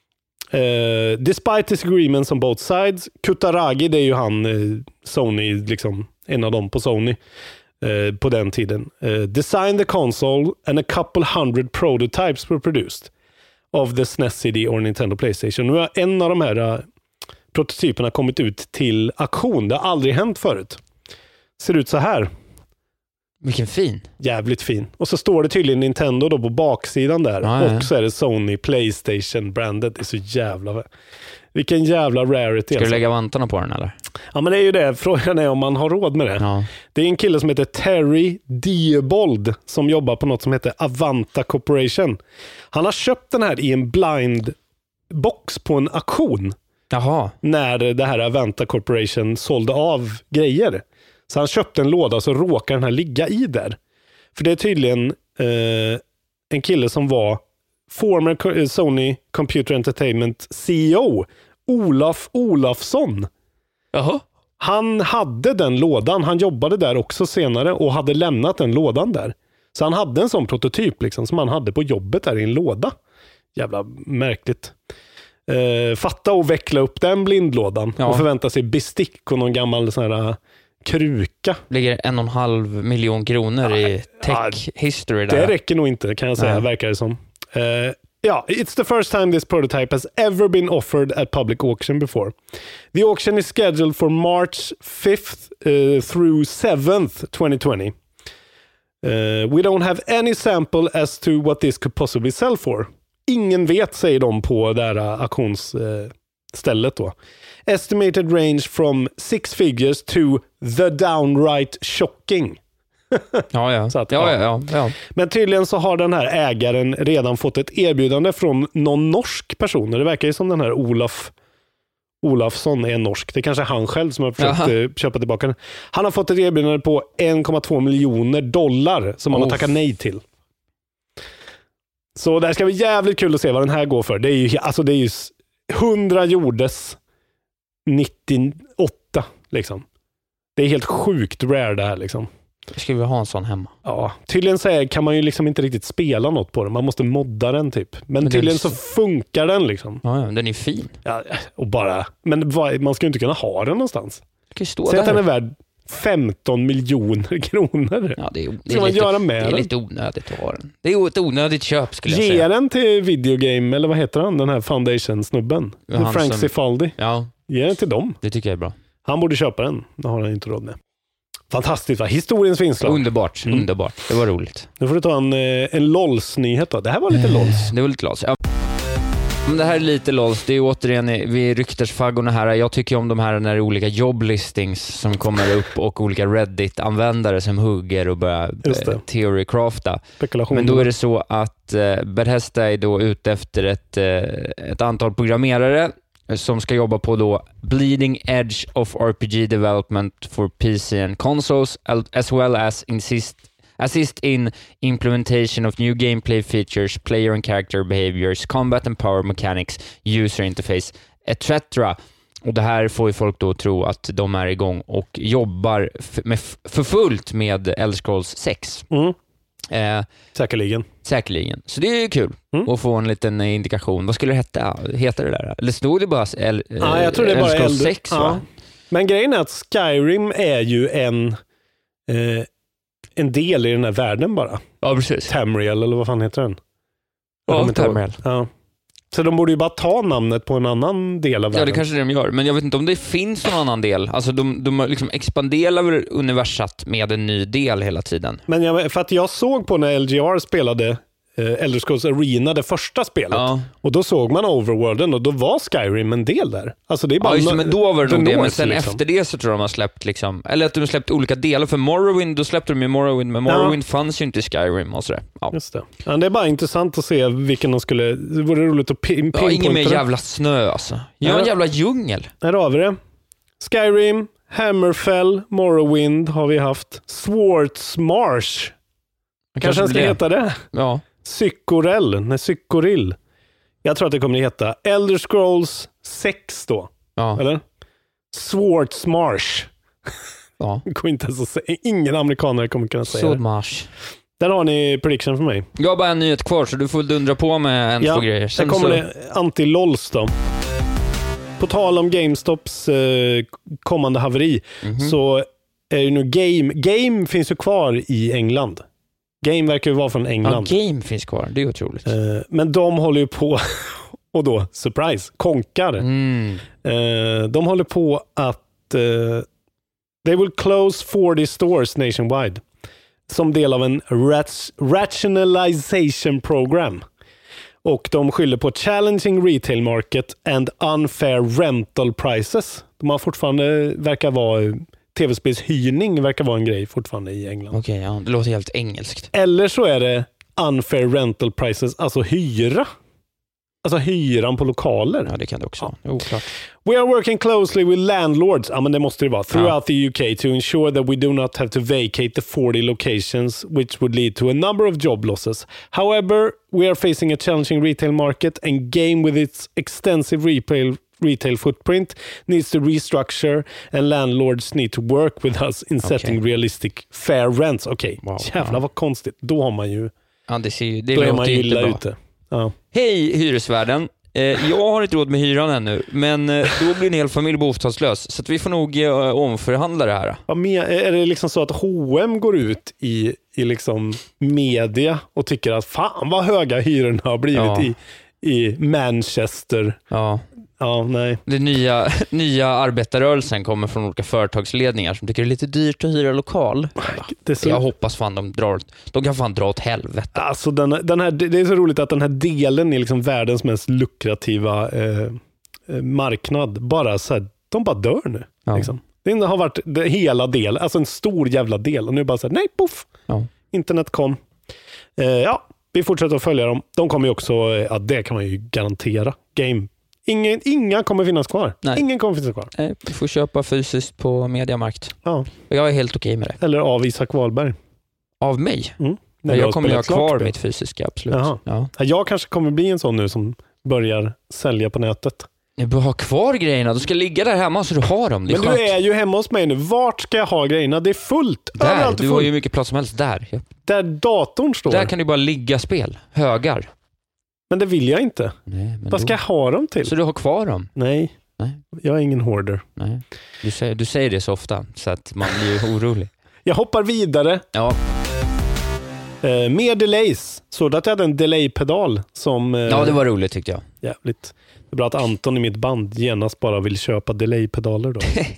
Uh, despite disagreements on both sides, Kutaragi, det är ju han uh, Sony, liksom en av dem på Sony uh, på den tiden, uh, designed the console and a couple hundred prototypes were produced of the S N E S C D or Nintendo PlayStation. Nu har en av de här uh, prototyperna kommit ut till auktion. Det har aldrig hänt förut. Ser ut så här. Vilken fin. Jävligt fin. Och så står det tydligen Nintendo då på baksidan där. Ah, ja. Och så är det Sony PlayStation branded. Det är så jävla... Vilken jävla rarity. Ska alltså. du lägga vantarna på den eller? Ja, men det är ju det. Frågan är om man har råd med det. Ja. Det är en kille som heter Terry Diebold som jobbar på något som heter Avanta Corporation. Han har köpt den här i en blind box på en auktion. Jaha. När det här Avanta Corporation sålde av grejer. Så han köpte en låda så råkar den här ligga i där. För det är tydligen eh, en kille som var former Sony Computer Entertainment C E O, Olof Olofsson. Jaha. Han hade den lådan. Han jobbade där också senare och hade lämnat den lådan där. Så han hade en sån prototyp liksom, som han hade på jobbet där i en låda. Jävla märkligt. Eh, fatta och veckla upp den blindlådan ja. Och förvänta sig bestick och någon gammal sån här kruka. Ligger en och en halv miljon kronor ja, i tech ja, history där. Det räcker nog inte kan jag säga, ja. Verkar det som. Uh, ja, it's the first time this prototype has ever been offered at public auction before. The auction is scheduled for March fifth uh, through seventh twenty twenty. Uh, we don't have any sample as to what this could possibly sell for. Ingen vet, säger de på det här auktionsstället uh, då. Estimated range from six figures to the downright shocking. ja, ja. Så att, ja, ja, ja, ja. Men tydligen så har den här ägaren redan fått ett erbjudande från någon norsk person. Det verkar ju som den här Olof Olofsson är norsk. Det är kanske han själv som har försökt Jaha. köpa tillbaka den. Han har fått ett erbjudande på en komma två miljoner dollar som han oh. har tackat nej till. Så det här ska bli jävligt kul att se vad den här går för. Det är ju, alltså det är ju hundra gjordes nittioåtta liksom. Det är helt sjukt rare det här liksom. Ska vi ha en sån hemma? Ja, tydligen så här kan man ju liksom inte riktigt spela något på den. Man måste modda den typ. Men, men tydligen så funkar den liksom. Ja, ja, den är fin. Ja, och bara, men vad, man ska ju inte kunna ha den någonstans. Det kan ju stå Säg där. att den är värd femton miljoner kronor. Ja, det är, det Ska är, man lite, göra med det är den? lite onödigt att ha den. Det är ett onödigt köp skulle jag Ge säga. den till videogame, eller vad heter han, den här Foundation-snubben? Han Frank som- Cifaldi. Ja, Ge den till dem. det tycker jag är bra. Han borde köpa den. Det har han inte råd med. Fantastiskt va? Historiens vinslag. Underbart, Mm. underbart. Det var roligt. Nu får du ta en, eh, en LOLs-nyhet då. Det här var lite LOLs. Det var lite lols. Ja. Men det här är lite lols. Det är återigen vid ryktersfaggorna här. Jag tycker om de här när det är olika jobblistings som kommer upp och olika Reddit-användare som hugger och börjar Just det. eh, theory-crafta. Spekulation. Men då är det så att eh, Bethesda är då ute efter ett, eh, ett antal programmerare som ska jobba på då bleeding edge of R P G development for P C and consoles, as well as insist assist in implementation of new gameplay features, player and character behaviors, combat and power mechanics, user interface, et cetera. Och det här får ju folk då tro att de är igång och jobbar f- med f- för fullt med Elder Scrolls sex. Mm. Eh, Säkerligen. säkerligen. Så det är ju kul Mm. att få en liten indikation. Vad skulle det heta? Heter det där? Eller stod det bara El- Ja, jag tror det är bara Elder Scrolls Elder- sex ja. va? Men grejen är att Skyrim är ju en eh, en del i den här världen bara. Ja, precis. Tamriel, eller vad fan heter den? Jag Ja, kommer inte ihåg. Tamriel. Ja. Så de borde ju bara ta namnet på en annan del av Ja, världen. det kanske de gör. Men jag vet inte om det finns någon annan del. Alltså de, de liksom expanderar universat med en ny del hela tiden. Men jag, för att jag såg på när L G R spelade eh, Elder Scrolls Arena, det första spelet. Ja, Och då såg man Overworlden och då var Skyrim en del där. Alltså det är bara ja just det, men då var det the nog det. Men North, sen liksom. efter det så tror jag de har släppt liksom, eller att de har släppt olika delar. För Morrowind, då släppte de ju Morrowind, men Morrowind ja. fanns ju inte i Skyrim och sådär. Ja. Just det. Ja, det är bara intressant att se vilken de skulle... Det vore roligt att pin- Ja, ingen mer pinpointa. jävla snö alltså. Gör Ja. en jävla djungel. Här har vi det. Skyrim, Hammerfell, Morrowind har vi haft. Swartzmarsh. Kanske den ska blir- heta det. Ja. Sykorell. Nej, Sykorill. Jag tror att det kommer att heta Elder Scrolls sex då. Ja. Eller? Swartzmarsh. Ja. Det går inte ens att säga. Ingen amerikanare kommer kunna säga det. Sodmarsh. Där har ni prediction för mig. Jag har bara en nyhet kvar så du får dundra på med en, Ja, två grejer. sen kommer så... det anti-lols då. På tal om GameStops eh, kommande haveri Mhm. så är ju nu Game... Game finns ju kvar i England. Game verkar ju vara från Ja, England. Game finns kvar. Det är otroligt. Eh, men de håller ju på och då, surprise, konkar. Mm. Eh, de håller på att eh, they will close forty stores nationwide som del av en rat- rationalization program. Och de skyller på challenging retail market and unfair rental prices. De har fortfarande, verkar vara, tv-spelshyrning verkar vara en grej fortfarande i England. Okej, ja, det låter helt engelskt. Eller så är det unfair rental prices, alltså hyra. Alltså hyran på lokaler. Ja, det kan det också vara. Jo, klart. We are working closely with landlords, ja men det måste det vara, throughout the U K to ensure that we do not have to vacate the forty locations which would lead to a number of job losses. However, we are facing a challenging retail market and Game with its extensive retail retail footprint needs to restructure and landlords need to work with us in setting Okay. realistic fair rents. Okej, okay. Wow. Jävlar vad konstigt. Då har man ju, Ja, det ser ju, det då är låter man ju ju inte illa bra. ute. Ja. Hej hyresvärden. Eh, jag har inte råd med hyran ännu, men eh, då blir en hel familj bostadslös. Så att vi får nog eh, omförhandla det här. Ja, men är det liksom så att H och M går ut i, i liksom media och tycker att fan vad höga hyrorna har blivit Ja. i, i Manchester? Ja. Ja, nej. Den nya, nya arbetarrörelsen kommer från olika företagsledningar som tycker det är lite dyrt att hyra lokal. Det är så, Jag hoppas fan de drar, de kan fan dra åt helvete. alltså den, den här, det är så roligt att den här delen är liksom världens mest lukrativa eh, eh, marknad. Bara så här, de bara dör nu. Ja. Liksom. Det har varit det, hela del, alltså en stor jävla del. Och nu bara så här, nej, poff. Ja. Internet kom. Eh, ja, vi fortsätter att följa dem. De kommer ju också, ja det kan man ju garantera. Game. Ingen, inga kommer finnas kvar. Nej. Ingen kommer finnas kvar. Nej, du får köpa fysiskt på Mediamarkt. Ja. Och jag är helt okej med det. Eller av Isak Wahlberg. Av mig? Mm. Men När jag har kommer ju ha spelat klart kvar spel. mitt fysiska, absolut. Jaha. Ja. Ja, jag kanske kommer bli en sån nu som börjar sälja på nätet. Jag behöver ha kvar grejerna. Du ska ligga där hemma så du har dem. Det är Men skönt. du är ju hemma hos mig nu. Vart ska jag ha grejerna? Det är fullt. Där, Överallt är du har fullt. ju mycket plats som helst där. Ja. Där datorn står. Där kan du bara ligga spel. Högar. Men det vill jag inte. Nej, men Vad då... ska jag ha dem till? Så du har kvar dem? Nej. Nej. Jag är ingen hoarder. Nej. Du säger, du säger det så ofta så att man blir orolig. Jag hoppar vidare. Ja. Eh, mer delays. Så att jag hade en delay-pedal som... Eh, ja, det var roligt tyckte jag. Jävligt. Det är bra att Anton i mitt band genast bara vill köpa delay-pedaler då.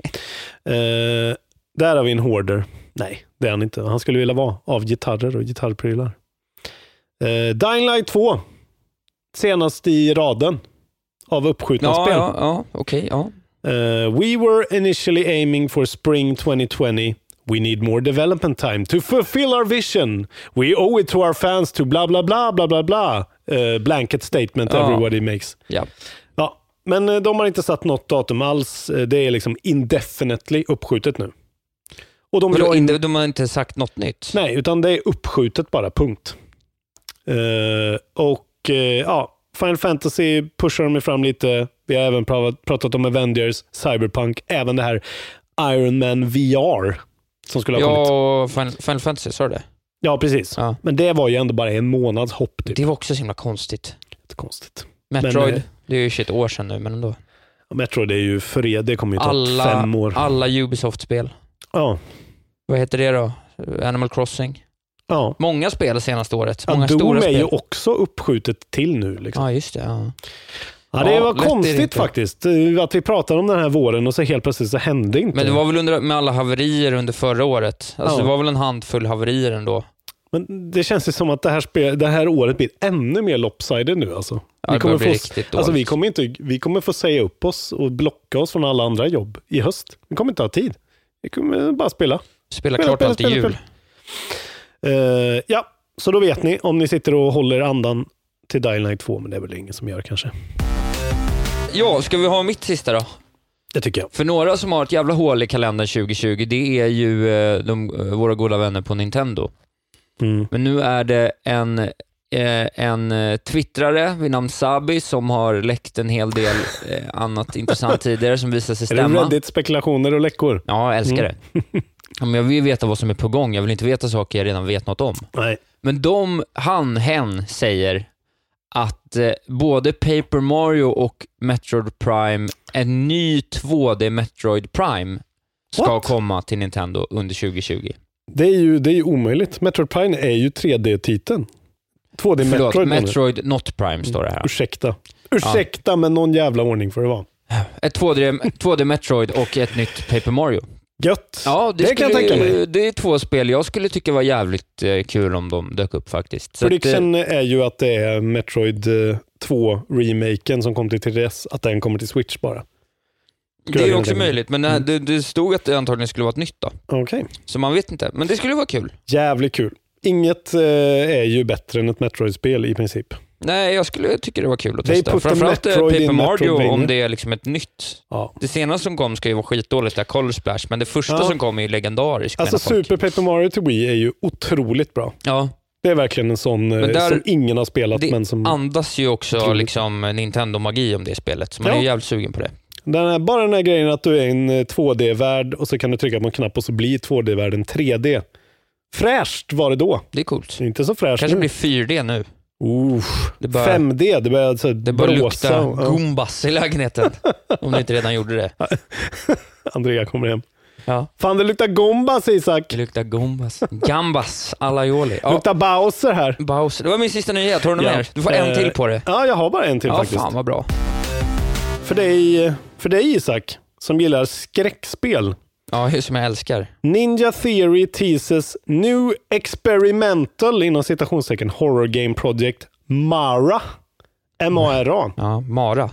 eh, där har vi en hoarder. Nej, det är han inte. Han skulle vilja vara av gitarrer och gitarrprylar. Eh, Dying Light två. Senast i raden av uppskjutna ja, spel. Ja, ja, okej, okay, ja. Uh, we were initially aiming for spring twenty twenty. We need more development time to fulfill our vision. We owe it to our fans to bla bla bla bla bla bla. Uh, blanket statement ja. Everybody makes. Ja. Ja, men uh, de har inte satt något datum alls. Uh, det är liksom indefinitely uppskjutet nu. Och de, Vadå, in... de har inte sagt något nytt? Nej, utan det är uppskjutet bara, punkt. Uh, och uh, ja, Final Fantasy pushar de fram lite. Vi har även pratat, pratat om Avengers, Cyberpunk, även det här Iron Man V R som skulle ha ja, kommit. Ja, Final, Final Fantasy, sa det? Ja, precis. Ja. Men det var ju ändå bara en månads hopp. Typ. Det var också så himla konstigt. Det konstigt. Metroid, men, det är ju ett år sedan nu, men ändå. Metroid är ju för det kommer ju ta alla, fem år. Alla Ubisoft-spel. Ja. Vad heter det då? Animal Crossing? Ja. Många spel senaste året. Många ja, stora är spel. Ju också uppskjutet till nu. Liksom. Ja, just det. Ja. Ja, det var ja, konstigt det faktiskt. Att vi pratade om den här våren och så helt plötsligt så hände inte. Men det var väl under, med alla haverier under förra året. Alltså ja. Det var väl en handfull haverier ändå. Men det känns ju som att det här, spel, det här året blir ännu mer lopsided nu. Alltså. Ja, vi, kommer få, alltså, vi, kommer inte, vi kommer få säga upp oss och blocka oss från alla andra jobb i höst. Vi kommer inte ha tid. Vi kommer bara spela. Spela, spela klart spela, allt i jul. Uh, ja, så då vet ni om ni sitter och håller andan till Dying Light två, men det är väl ingen som gör kanske. Ja, ska vi ha mitt sista då? Det tycker jag. För några som har ett jävla hål i kalendern tjugo tjugo, det är ju eh, de, våra goda vänner på Nintendo. Mm. Men nu är det en, eh, en twittrare vid namn Sabi som har läckt en hel del eh, annat intressant tidigare som visar sig stämma. Är det Reddit-spekulationer och läckor? Ja, jag älskar mm. det. Ja, men jag vill veta vad som är på gång. Jag vill inte veta saker jag redan vet något om. Nej. Men de, han, hen säger att eh, både Paper Mario och Metroid Prime, en ny två D Metroid Prime ska What? komma till Nintendo under tjugo tjugo. Det är ju, det är ju omöjligt. Metroid Prime är ju tre D-titeln. två D Förlåt, Metroid. Metroid Not Prime står det här. Mm. Ursäkta. Ursäkta, ja. Men någon jävla ordning för det var. Ett två D, två D Metroid och ett nytt Paper Mario. Gött. Ja, det, det skulle, kan jag tänka mig. Det är två spel jag skulle tycka var jävligt eh, kul om de dök upp faktiskt. Prediction är ju att det är Metroid två-remaken som kom till T D S, att den kommer till Switch bara. Skulle det är också möjligt, men mm. det, det stod att det antagligen skulle vara ett nytt då. Okej. Okay. Så man vet inte, men det skulle vara kul. Jävligt kul. Inget eh, är ju bättre än ett Metroid-spel i princip. Nej, jag skulle tycka det var kul att testa. Framförallt Paper Mario om det är liksom ett nytt. Ja. Det senaste som kom ska ju vara skitdåligt, det är Color Splash, men det första ja. som kom är ju legendariskt. Alltså Super Paper Mario till Wii är ju otroligt bra. Ja. Det är verkligen en sån där, som ingen har spelat. Det men som andas ju också liksom Nintendo-magi om det spelet, så man ja. är ju jävligt sugen på det. Den här, bara den här grejen att du är en två D-värld och så kan du trycka på en knapp och så blir två D-världen tre D. Fräscht var det då. Det är coolt. Inte så fräscht kanske nu. blir fyra D nu. Uh, det bör, fem D, det börjar alltså det bör lukta Goombas i lägenheten. Om du inte redan gjorde det. Andrea kommer hem. Ja. Fan, det luktar Goombas, Isak. Det luktar Goombas. Gambas, alla joli. Ja. Det luktar Bowser här. Bowser. Det var min sista nyhet. Har du ja. mer? Du får en till på det. Ja, jag har bara en till ja, faktiskt. Fan vad bra. För dig, för dig Isak, som gillar skräckspel. Ja, som jag älskar. Ninja Theory teases new experimental inom citationstecken horror game project Mara. M A R A. Ja, Mara.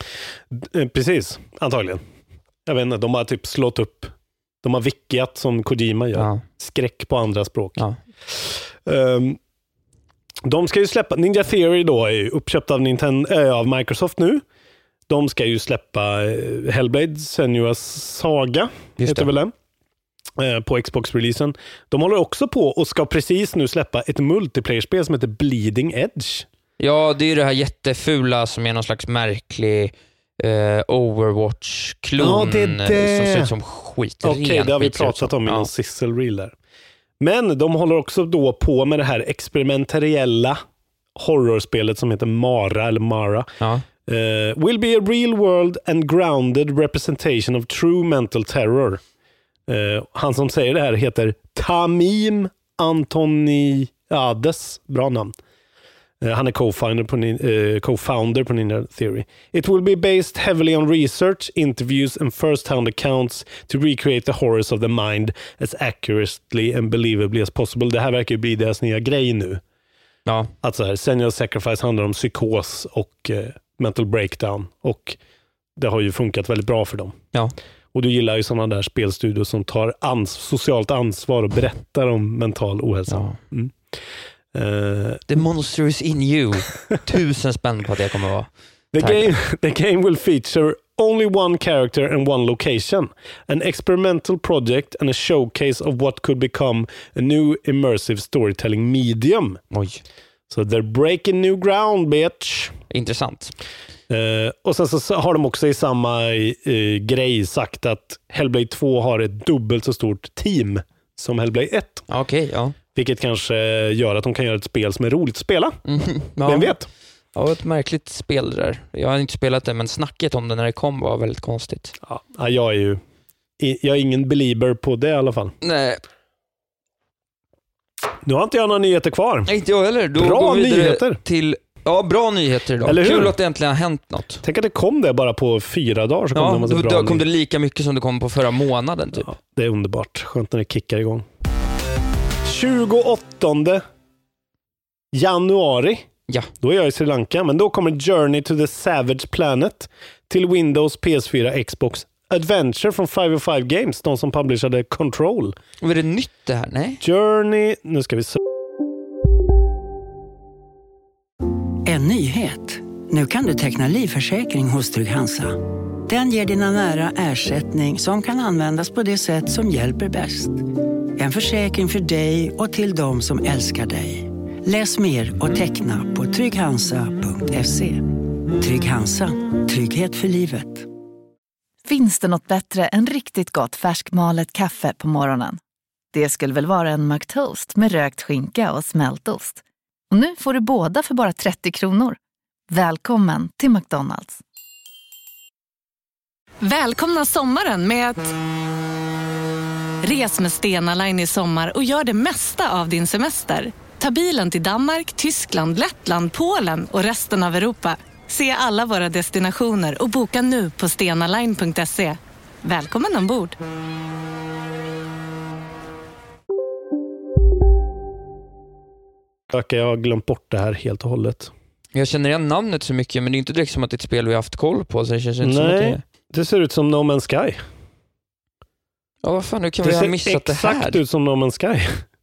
Precis, antagligen. Jag vet inte, de har typ slått upp. De har wickat som Kojima gör. Ja. Skräck på andra språk. Ja. Um, de ska ju släppa, Ninja Theory då är ju uppköpt av, Nintendo, äh, av Microsoft nu. De ska ju släppa Hellblade Senua's Saga, Just heter det. väl den, eh, på Xbox-releasen. De håller också på och ska precis nu släppa ett multiplayer-spel som heter Bleeding Edge. Ja, det är det här jättefula som är någon slags märklig eh, Overwatch-klon ja, det det. som ser ut som skit. Okej, okay, det har vi pratat om i någon ja. sizzle reel där. Men de håller också då på med det här experimentella horrorspelet som heter Mara eller Mara. Ja. Uh, will be a real world and grounded representation of true mental terror. Uh, han som säger det här heter Tamim Antoniades. Bra namn. Uh, han är co-founder på, uh, co-founder på Ninja Theory. It will be based heavily on research, interviews and first-hand accounts to recreate the horrors of the mind as accurately and believably as possible. Det här verkar ju bli deras nya grej nu. Ja. Att så här, Senua Sacrifice handlar om psykos och uh, mental breakdown. Och det har ju funkat väldigt bra för dem. Ja. Och du gillar ju sådana där spelstudior som tar ans- socialt ansvar och berättar om mental ohälsa. Ja. Mm. Uh, The monster is in you. Tusen spänn på att det kommer vara. The game, the game will feature only one character and one location. An experimental project and a showcase of what could become a new immersive storytelling medium. Oj. So they're breaking new ground, bitch. Intressant. Uh, och sen så har de också i samma uh, grej sagt att Hellblade två har ett dubbelt så stort team som Hellblade ett. Okej, okay, ja. Vilket kanske gör att de kan göra ett spel som är roligt att spela. Mm, ja. Vem vet? Ja, ett märkligt spel där. Jag har inte spelat det, men snacket om det när det kom var väldigt konstigt. Ja, jag är ju jag är ingen belieber på det i alla fall. Nej. Nu har inte jag några nyheter kvar. Nej, inte jag heller. Då bra går vi nyheter. Till, ja, bra nyheter idag. Eller hur? Kul att det äntligen har hänt något. Tänk att det kom det bara på fyra dagar. Så kom ja, det, då, bra då kom det lika mycket som det kom på förra månaden typ. Ja, det är underbart. Skönt när det kickar igång. tjugoåttonde januari. Ja. Då är jag i Sri Lanka, men då kommer Journey to the Savage Planet till Windows, P S fyra, Xbox. Adventure från five oh five Games, de som publicerade Control. Och är det nytt det här? Nej. Journey, nu ska vi se. En nyhet. Nu kan du teckna livförsäkring hos Trygg Hansa. Den ger dina nära ersättning som kan användas på det sätt som hjälper bäst. En försäkring för dig och till de som älskar dig. Läs mer och teckna på trygghansa punkt se. Trygg Hansa. Trygghet för livet. Finns det något bättre än riktigt gott färskmalet kaffe på morgonen? Det skulle väl vara en McToast med rökt skinka och smältost. Och nu får du båda för bara trettio kronor. Välkommen till McDonald's. Välkomna sommaren med att... Res med Stena Line i sommar och gör det mesta av din semester. Ta bilen till Danmark, Tyskland, Lettland, Polen och resten av Europa. Se alla våra destinationer och boka nu på stenaline punkt se. Välkommen ombord! Jag har glömt bort det här helt och hållet. Jag känner igen namnet så mycket, men det är inte direkt som att det är ett spel vi har haft koll på. Så det känns inte Nej, som att det... det ser ut som No Man's Sky. Ja, vad fan, hur kan det vi ha missat det här? Det ser exakt ut som No Man's Sky.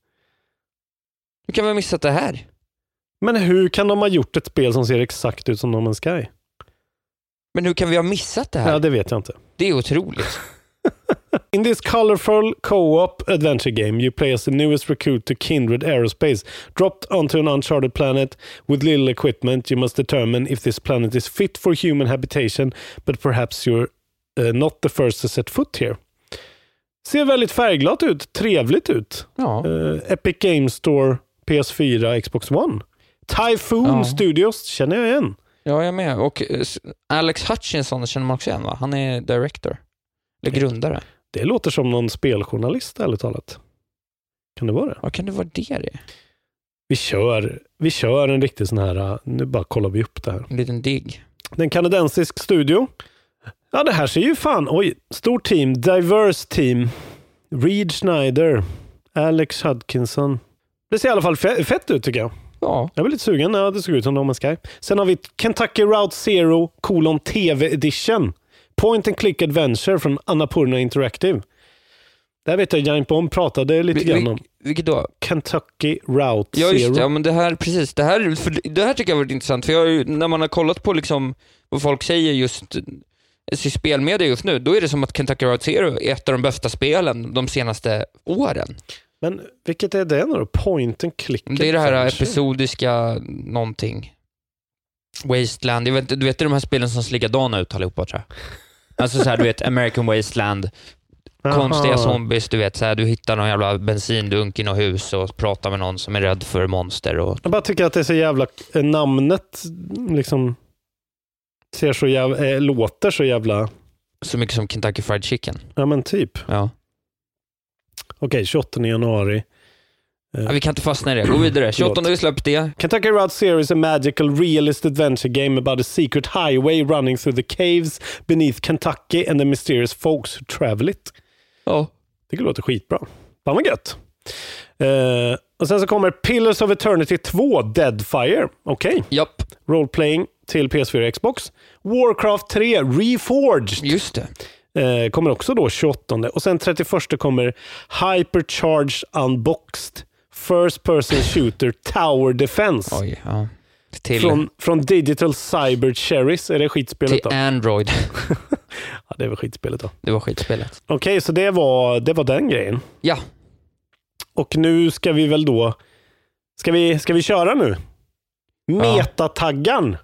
Hur kan vi ha missat det här? Men hur kan de ha gjort ett spel som ser exakt ut som No Man's Sky? Men hur kan vi ha missat det här? Ja, det vet jag inte. Det är otroligt. In this colorful co-op adventure game, you play as the newest recruit to Kindred Aerospace. Dropped onto an uncharted planet with little equipment, you must determine if this planet is fit for human habitation, but perhaps you're uh, not the first to set foot here. Ser väldigt färgglatt ut, trevligt ut. Ja. Uh, Epic Games Store, P S fyra, Xbox One. Typhoon ja. Studios, känner jag igen. Ja, jag är med. Och Alex Hutchinson känner man också igen, va? Han är director. Eller grundare. Det låter som någon speljournalist, ärligt talat. Kan det vara det? Vad kan det vara det? det? Vi kör, vi kör en riktig sån här, nu bara kollar vi upp det här. En liten digg. Den kanadensisk studio. Ja, det här ser ju fan, oj, stort team, diverse team. Reed Schneider, Alex Hutchinson. Det ser i alla fall fett ut tycker jag. Ja. Jag är lite sugen när det såg ut som No Man's Sky. Sen har vi Kentucky Route Zero kolon T V Edition. Point and Click Adventure från Annapurna Interactive. Där vet jag Giant Bomb pratade lite Vil- grann om. Vilket då? Kentucky Route Ja, just Zero. det. Ja, men det här, precis. Det här, för det här tycker jag har varit intressant. För jag har ju, när man har kollat på liksom, vad folk säger just i spelmedia just nu, då är det som att Kentucky Route Zero är ett av de bästa spelen de senaste åren. Men vilket är det då? Point and Click Det är det här Adventure. episodiska någonting. Wasteland. Jag vet, du vet det är de här spelen som ser likadana ut allihopa, tror jag. Alltså så här, du vet, American Wasteland. Konstiga zombies, du vet, så här, du hittar någon jävla bensindunk i något hus och pratar med någon som är rädd för monster. Och... Jag bara tycker att det är så jävla namnet liksom ser så jävla, äh, låter så jävla... Så mycket som Kentucky Fried Chicken. Ja, men typ. Ja. Okej, okay, tjugoåttonde januari. Ja, vi kan inte fastna i det. Gå vidare. tjugoåttonde vi släppt det. Kentucky Route Series, a magical realist adventure game about a secret highway running through the caves beneath Kentucky and the mysterious folks who travel it. Ja. Det låter skitbra. Fan vad gött. Uh, och sen så kommer Pillars of Eternity två, Deadfire. Okej. Okay. Japp. Roleplaying till P S fyra och Xbox. Warcraft tre, Reforged. Just det. Uh, kommer också då tjugoåttonde. Och sen trettioförsta kommer Hypercharged Unboxed. First person shooter Tower Defense. Oj, ja. Till... Från, från Digital Cyber Cherries. Är det skitspelet till då? Till Android. Ja, det var skitspelet då. Det var skitspelet. Okej, okay, så det var, det var den grejen. Ja. Och nu ska vi väl då... Ska vi, ska vi köra nu? Metataggan.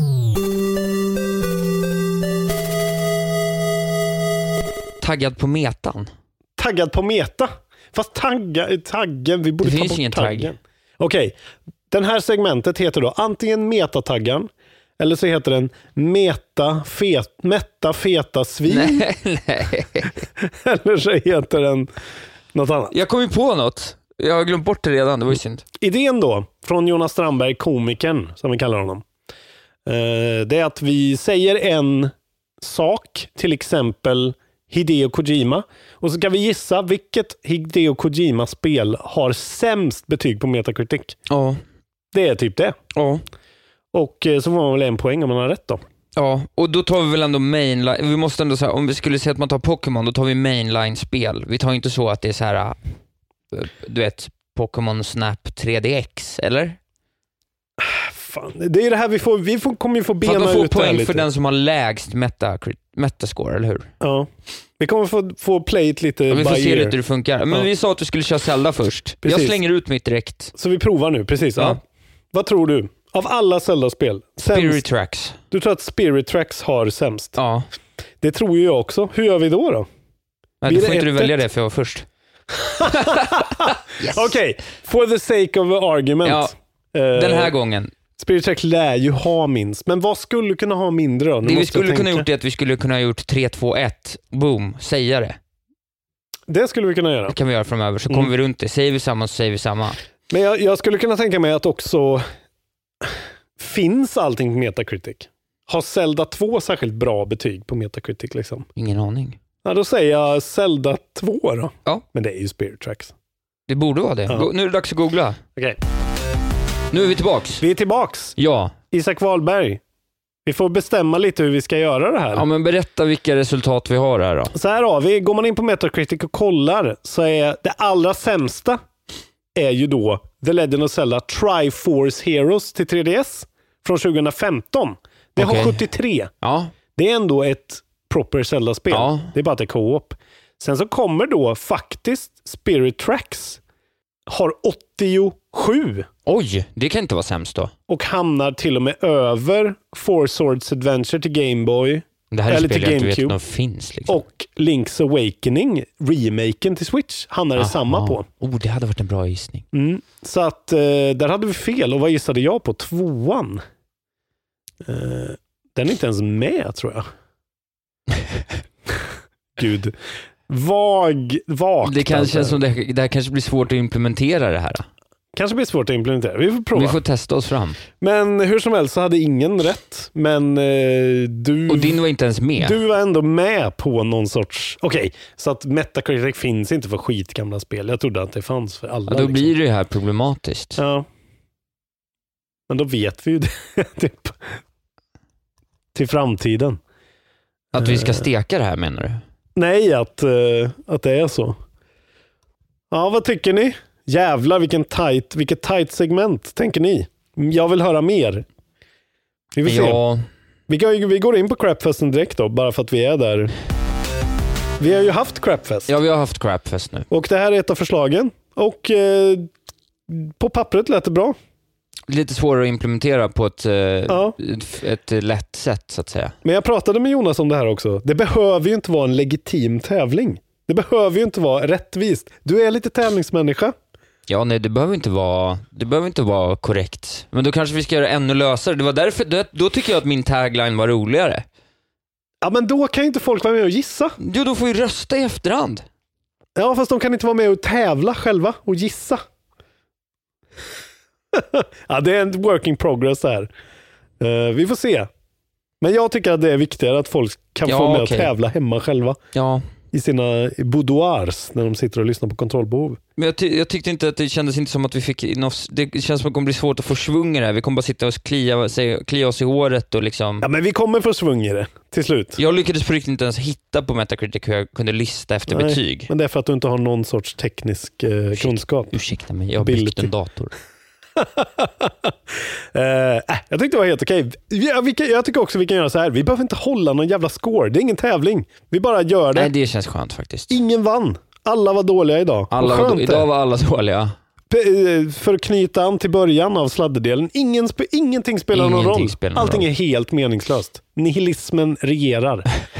Taggad på metan. Taggad på meta. Fast tagga, taggen, vi borde det ta finns bort ingen taggen. tagg. Okej, okay. Den här segmentet heter då antingen metataggan eller så heter den meta fet, meta feta svin. Nej, nej. Eller så heter den något annat. Jag kom ju på något. Jag har glömt bort det redan, det var ju synd. Idén då, från Jonas Strandberg, komikern som vi kallar honom. Eh, det är att vi säger en sak, till exempel Hideo Kojima, och så kan vi gissa vilket Hideo Kojima-spel har sämst betyg på Metacritic. Ja. Det är typ det. Ja. Och så får man väl en poäng om man har rätt då. Ja, och då tar vi väl ändå mainline. Vi måste ändå säga, om vi skulle säga att man tar Pokémon, då tar vi mainline-spel. Vi tar inte så att det är så här, du vet, Pokémon Snap tre D X, eller? Fan, det är det här vi får, vi får, kommer ju få bena ut. För att få poäng poäng för den som har lägst meta, metascore, eller hur? Ja. Vi kommer få, få play it lite. Ja, vi får se year. lite hur det funkar. Men ja. Vi sa att du skulle köra Zelda först. Precis. Jag slänger ut mitt direkt. Så vi provar nu, precis. Ja. Ja. Vad tror du? Av alla Zelda-spel. Spirit sämst. Tracks. Du tror att Spirit Tracks har sämst? Ja. Det tror ju jag också. Hur gör vi då då? Nej, då får inte du välja det för jag var först. Yes. Okej, okay. For the sake of argument. Ja, uh, den här gången. Spirit Tracks lär ju ha minst. Men vad skulle kunna ha mindre då? Nu det vi skulle tänka. kunna gjort är att vi skulle kunna ha gjort tre, två, ett. Boom, säga det. Det skulle vi kunna göra. Det kan vi göra framöver. Så kommer mm. vi runt det. Säger vi samma så säger vi samma. Men jag, jag skulle kunna tänka mig att också finns allting på Metacritic. Har Zelda två särskilt bra betyg på Metacritic liksom? Ingen aning. Ja, då säger jag Zelda två då. Ja. Men det är ju Spirit Tracks. Det borde vara det. Ja. Go- nu är det dags att googla. Okej. Okay. Nu är vi tillbaks. Vi är tillbaks. Ja. Isak Wahlberg. Vi får bestämma lite hur vi ska göra det här. Ja, men berätta vilka resultat vi har här då. Så här har vi. Går man in på Metacritic och kollar så är det allra sämsta är ju då The Legend of Zelda Triforce Heroes till tre D S från tjugo femton. Det okay. har sjuttiotre. Ja. Det är ändå ett proper Zelda-spel. Ja. Det är bara att det är co-op. Sen så kommer då faktiskt Spirit Tracks har åttiosju. Oj, det kan inte vara sämst då. Och hamnar till och med över Four Swords Adventure till Game Boy. Det här är spel jag inte vet om de finns. Liksom. Och Link's Awakening, remaken till Switch, hamnar det samma på. Oh, det hade varit en bra gissning. Mm. Så att eh, där hade vi fel. Och vad gissade jag på? Tvåan. Eh, den är inte ens med, tror jag. Gud. Vag, vagt. Det kanske känns som det, det här kanske blir svårt att implementera det här. Kanske blir svårt att implementera. Vi får prova. Vi får testa oss fram. Men hur som helst så hade ingen rätt. Men eh, du... Och din var inte ens med. Du var ändå med på någon sorts... Okej, okay, så att Metacritic finns inte för skitgamla spel. Jag trodde att det fanns för alla. Ja, då liksom. Blir det här problematiskt. Ja. Men då vet vi ju det. typ. Till framtiden. Att vi ska steka det här, menar du? Nej, att, uh, att det är så. Ja, vad tycker ni? Jävlar, vilken tight, vilket tight segment, tänker ni? Jag vill höra mer. Vi vill ja. se. Vi, går, vi går in på Crapfesten direkt då, bara för att vi är där. Vi har ju haft Crapfest. Ja, vi har haft Crapfest nu. Och det här är ett av förslagen. Och eh, på pappret lät det bra. Lite svårare att implementera på ett, ja. ett, ett lätt sätt, så att säga. Men jag pratade med Jonas om det här också. Det behöver ju inte vara en legitim tävling. Det behöver ju inte vara rättvist. Du är lite tävlingsmänniska. Ja, nej, det behöver inte vara det behöver inte vara korrekt. Men då kanske vi ska göra ännu lösare. Det var därför, då, då tycker jag att min tagline var roligare. Ja, men då kan inte folk vara med och gissa. Jo, då får ju rösta i efterhand. Ja, fast de kan inte vara med och tävla själva och gissa. Ja, det är en working progress här. Uh, vi får se. Men jag tycker att det är viktigare att folk kan ja, få med okay. att tävla hemma själva. Ja. I sina boudoirs när de sitter och lyssnar på kontrollbehov. Men jag, ty- jag tyckte inte att det kändes inte som att vi fick enough, det känns som att det kommer bli svårt att få svung i det här. Vi kommer bara sitta och klia, sig, klia oss i håret och liksom... Ja, men vi kommer få svung i det till slut. Jag lyckades på riktigt inte ens hitta på Metacritic hur jag kunde lista efter Nej, betyg. Men det är för att du inte har någon sorts teknisk eh, Ursäkta, kunskap. Ursäkta mig, jag har byggt en dator. uh, äh, jag tyckte det var helt okej. Jag, vi kan, jag tycker också vi kan göra så här. Vi behöver inte hålla någon jävla score. Det är ingen tävling. Vi bara gör det. Nej, det känns skönt faktiskt. Ingen vann. Alla var dåliga idag. Alla var do- idag var alla dåliga. P- för att knyta an till början av sladderdelen. Ingen spe- ingenting spelar ingenting någon roll. Spelar någon Allting roll. är helt meningslöst. Nihilismen regerar.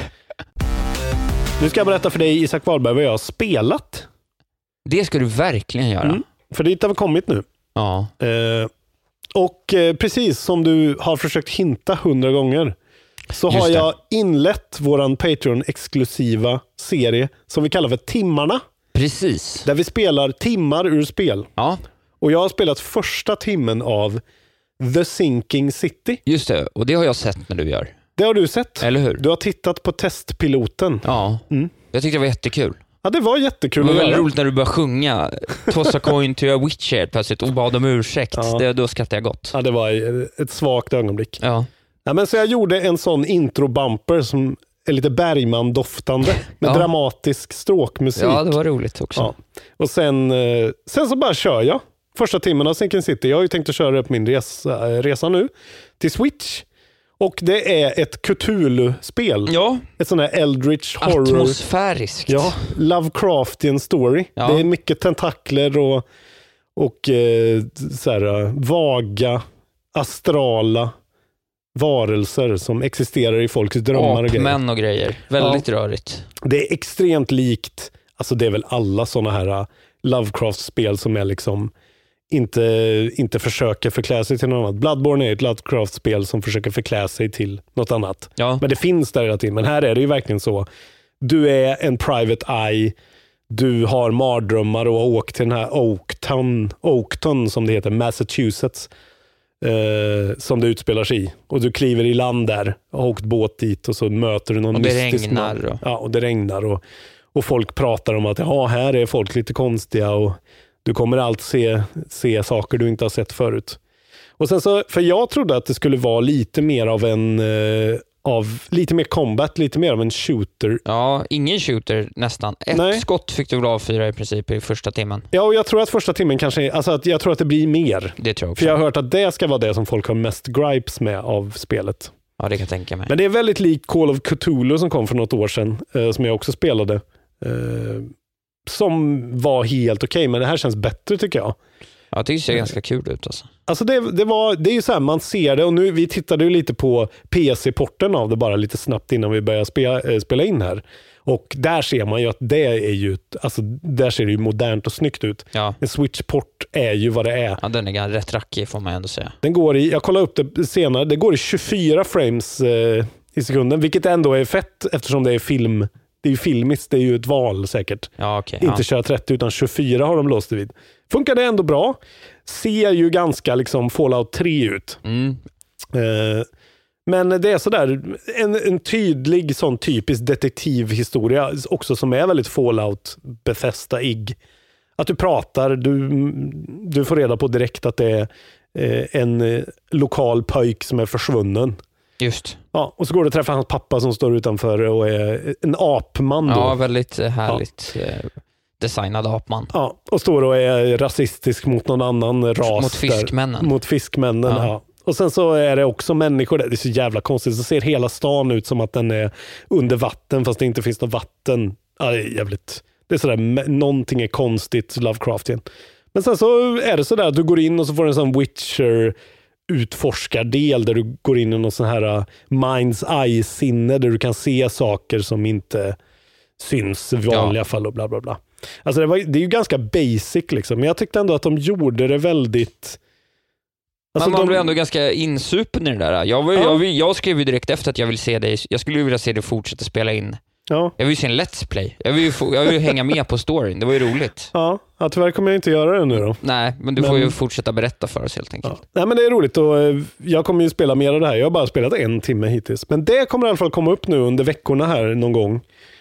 Nu ska jag berätta för dig, Isak Wahlberg, vad jag har spelat. Det ska du verkligen göra. Mm, för dit har vi kommit nu. Ja. Eh, och eh, precis som du har försökt hinta hundra gånger så Just har det. jag inlett våran Patreon-exklusiva serie som vi kallar för Timmarna. Precis. Där vi spelar timmar ur spel. Ja. Och jag har spelat första timmen av The Sinking City. Just det, och det har jag sett när du gör. Det har du sett. Eller hur? Du har tittat på testpiloten. Ja, mm. Jag tyckte det var jättekul. Ja, det var jättekul. Det var att väldigt göra. roligt när du började sjunga Toss a coin to a witch here plötsligt och bad om ursäkt. Ja. Det, då skrattade jag gott. Ja, det var ett svagt ögonblick. Ja. Ja, men så jag gjorde en sån intro-bumper som är lite Bergman-doftande med Ja. dramatisk stråkmusik. Ja, det var roligt också. Ja. Och sen, eh, sen så bara kör jag. Första timmen av Sinking City. Jag har ju tänkt att köra upp min resa, resa nu till Switch. Och det är ett Cthulhu-spel. Ja. Ett sån här Eldritch horror. Atmosfäriskt. Ja, Lovecraftian story. Ja. Det är mycket tentakler och, och eh, så här, vaga, astrala varelser som existerar i folks drömmar och grejer. Apmän och grejer. Väldigt ja. rörigt. Det är extremt likt, alltså det är väl alla såna här Lovecraft-spel som är liksom inte, inte försöker förklä sig till något annat. Bloodborne är ett Lovecraft-spel som försöker förklä sig till något annat. Ja. Men det finns där hela tiden. Men här är det ju verkligen så. Du är en private eye. Du har mardrömmar och har åkt till den här Oakton, Oakton som det heter, Massachusetts. Eh, som det utspelar sig i. Och du kliver i land där och har åkt båt dit och så möter du någon och det mystisk regnar man. och... Ja, och det regnar och, och folk pratar om att ja, här är folk lite konstiga och du kommer alltid se, se saker du inte har sett förut. Och sen så, för jag trodde att det skulle vara lite mer av en eh, av lite mer combat, lite mer av en shooter. Ja, ingen shooter nästan. Ett Nej. skott fick du väl avfyra i princip i första timmen. Ja, och jag tror att första timmen kanske är, alltså att jag tror att det blir mer. Det tror jag också. För jag har hört att det ska vara det som folk har mest gripes med av spelet. Ja, det kan jag tänka mig. Men det är väldigt likt Call of Cthulhu som kom för något år sedan, eh, som jag också spelade. Eh, som var helt okej, okay, men det här känns bättre tycker jag. Ja, det ser ganska kul ut alltså. Alltså det, det, var, det är ju så här, man ser det och nu, vi tittade ju lite på P C-porten av det bara lite snabbt innan vi började spela, äh, spela in här. Och där ser man ju att det är ju, alltså där ser det ju modernt och snyggt ut. Ja. En Switch-port är ju vad det är. Ja, den är rätt rackig får man ändå säga. Den går i, jag kollade upp det senare, det går i tjugofyra frames eh, i sekunden, vilket ändå är fett eftersom det är film. Det är ju filmiskt, det är ju ett val säkert. Ja, okay, Inte ja. köra trettio utan tjugofyra har de låst det vid. Funkar det ändå bra. Ser ju ganska liksom Fallout tre ut. Mm. Eh, men det är sådär en, en tydlig sån typisk detektivhistoria också som är väldigt Fallout Bethesda-ig. Att du pratar, du, du får reda på direkt att det är eh, en eh, lokal pojk som är försvunnen. Just. Ja, och så går det att träffa hans pappa som står utanför och är en apman då. Ja, väldigt härligt ja. designad apman. Ja, och står och är rasistisk mot någon annan ras. Mot fiskmännen. Där. Mot fiskmännen, ja. ja. Och sen så är det också människor där. Det är så jävla konstigt. Så ser hela stan ut som att den är under vatten fast det inte finns något vatten. Ja, det är jävligt. Det är sådär, någonting är konstigt Lovecraftian. Men sen så är det sådär att du går in och så får du en sån Witcher utforskardel där du går in i någon sån här mind's eye-sinne där du kan se saker som inte syns i vanliga ja. fall och bla bla bla. Alltså det, var, det är ju ganska basic liksom. Men jag tyckte ändå att de gjorde det väldigt... Alltså man de... blev ändå ganska insupen i det där. Jag, var, ja. jag, jag skrev ju direkt efter att jag vill se dig. Jag skulle ju vilja se dig fortsätta spela in. Ja. Jag vill ju se en Let's Play. Jag vill ju, få, jag vill ju hänga med på storyn. Det var ju roligt. Ja, ja, tyvärr kommer jag inte göra det nu då. Nej, men du men... får ju fortsätta berätta för oss helt enkelt. Ja. Nej, men det är roligt och jag kommer ju spela mer av det här. Jag har bara spelat en timme hittills. Men det kommer i alla fall komma upp nu under veckorna här någon gång.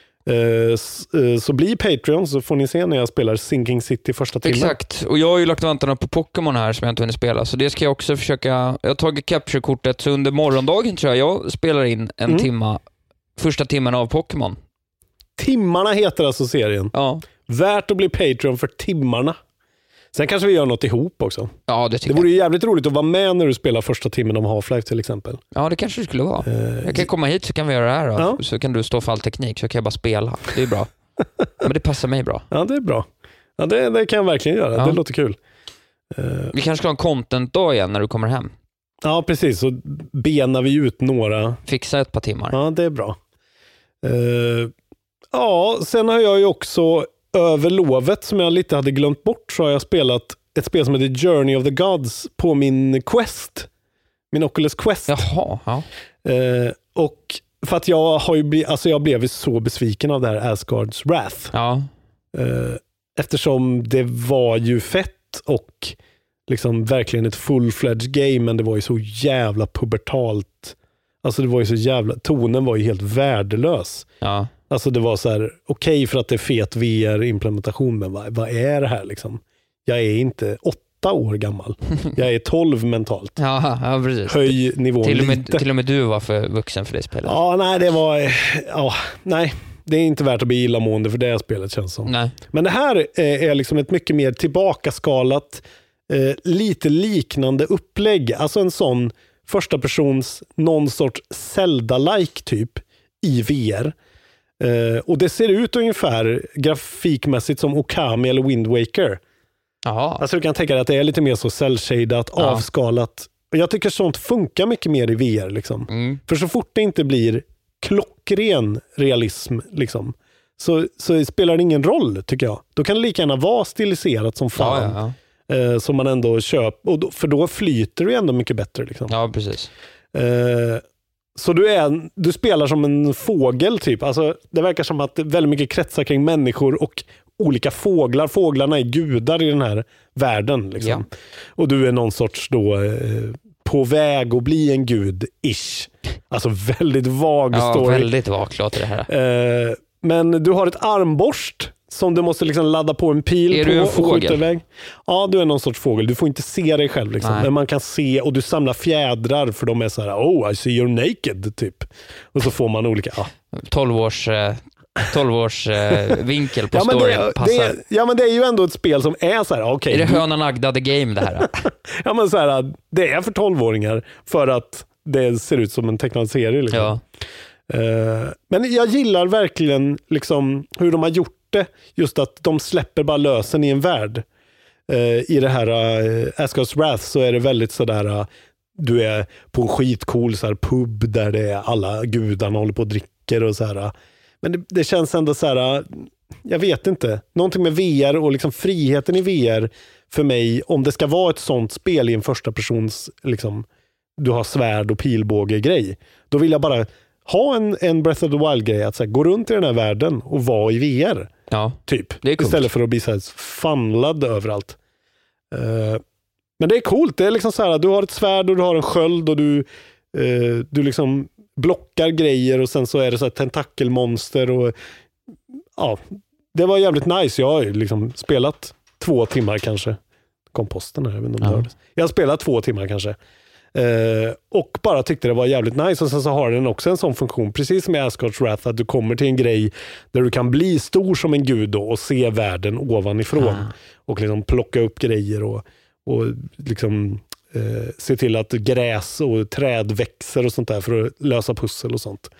Så bli Patreon så får ni se när jag spelar Sinking City första timmen. Exakt, och jag har ju lagt vantarna på Pokémon här som jag inte hunnit spela. Så det ska jag också försöka. Jag har tagit capture-kortet så under morgondagen tror jag jag spelar in en mm. timma. Första timmen av Pokémon. Timmarna heter alltså serien. Ja. Värt att bli Patreon för timmarna. Sen kanske vi gör något ihop också. Ja, det tycker Det vore ju jävligt roligt att vara med när du spelar första timmen om Half-Life till exempel. Ja, det kanske det skulle vara. Uh, jag kan komma hit så kan vi göra det här då. Ja. Så kan du stå för all teknik så kan jag bara spela. Det är bra. Men det passar mig bra. Ja, det är bra. Ja, det, det kan jag verkligen göra. Ja. Det låter kul. Uh, vi kanske ska ha en content då igen när du kommer hem. Ja, precis. Så benar vi ut några. Fixa ett par timmar. Ja, det är bra. Uh, ja, sen har jag ju också över lovet som jag lite hade glömt bort så har jag spelat ett spel som heter Journey of the Gods på min Quest. Min Oculus Quest. Jaha, ja. Uh, och för att jag har ju blivit, alltså jag blev så besviken av det här Asgard's Wrath. Ja. Uh, eftersom det var ju fett och liksom verkligen ett full-fledged game men det var ju så jävla pubertalt. Alltså det var ju så jävla, tonen var ju helt värdelös. Ja. Alltså det var så här, okej okay för att det är fet V R-implementation, men vad, vad är det här liksom? Jag är inte åtta år gammal. Jag är tolv mentalt. Ja, ja precis. Höj nivån till och med, lite. Till och med du var för vuxen för det spelet. Ja, nej, det var... Ja, nej. Det är inte värt att bli illamående för det spelet känns som. Nej. Men det här är liksom ett mycket mer tillbakaskalat, eh, lite liknande upplägg. Alltså en sån första persons, någon sorts Zelda-like typ i V R. Uh, och det ser ut ungefär grafikmässigt som Okami eller Wind Waker. Aha. Alltså du kan tänka dig att det är lite mer så cell-shadat, ja. avskalat. Och jag tycker sånt funkar mycket mer i V R liksom. Mm. För så fort det inte blir klockren realism liksom, så, så spelar det ingen roll tycker jag. Då kan det lika gärna vara stiliserat som fan. Ja, ja, ja. Uh, som man ändå köper. Och då, för då flyter det ändå mycket bättre liksom. Ja, precis. Uh, Så du, är, du spelar som en fågel typ. Alltså, det verkar som att det väldigt mycket kretsar kring människor och olika fåglar. Fåglarna är gudar i den här världen. Liksom. Ja. Och du är någon sorts då, eh, på väg att bli en gud-ish. Alltså väldigt vag ja, story. Väldigt vagt låter det här. Eh, men du har ett armborst som du måste liksom ladda på en pil är på du en och fågel? skjuta iväg. Ja, du är någon sorts fågel. Du får inte se dig själv liksom. Men man kan se och du samlar fjädrar för de är så här, oh I see you're naked typ. Och så får man olika ja. tolv års tolv års eh, vinkel på ja, storyn det, passar. Det, ja men det är ju ändå ett spel som är så här, okej. Okay, är det hönan Agda the game det här? Ja men så här, det är för tolvåringar för att det ser ut som en tecknad serie liksom. Ja. Uh, men jag gillar verkligen liksom hur de har gjort det, just att de släpper bara lösen i en värld. Uh, i det här uh, Asgard's Wrath så är det väldigt sådär uh, du är på en skitcool så här, pub där det är alla gudarna håller på och dricker och så här. Uh. Men det, det känns ändå så här, uh, jag vet inte, någonting med V R och liksom friheten i V R för mig, om det ska vara ett sånt spel i en första persons liksom, du har svärd och pilbåge grej, då vill jag bara ha en, en Breath of the Wild-grej att så här, gå runt i den här världen och vara i V R. Ja, typ. Det är coolt. Istället för att bli så här funnlad överallt. Uh, men det är coolt. Det är liksom så här, du har ett svärd och du har en sköld och du, uh, du liksom blockar grejer och sen så är det så här tentakelmonster och ja, det var jävligt nice. Jag har ju liksom spelat två timmar kanske. Komposten här, jag vet inte om ja. det Jag har spelat två timmar kanske. Uh, och bara tyckte det var jävligt nice. Och sen så har den också en sån funktion, precis som i Asgard's Wrath, att du kommer till en grej där du kan bli stor som en gud då, och se världen ovanifrån uh. och liksom plocka upp grejer och, och liksom uh, se till att gräs och träd växer och sånt där för att lösa pussel och sånt.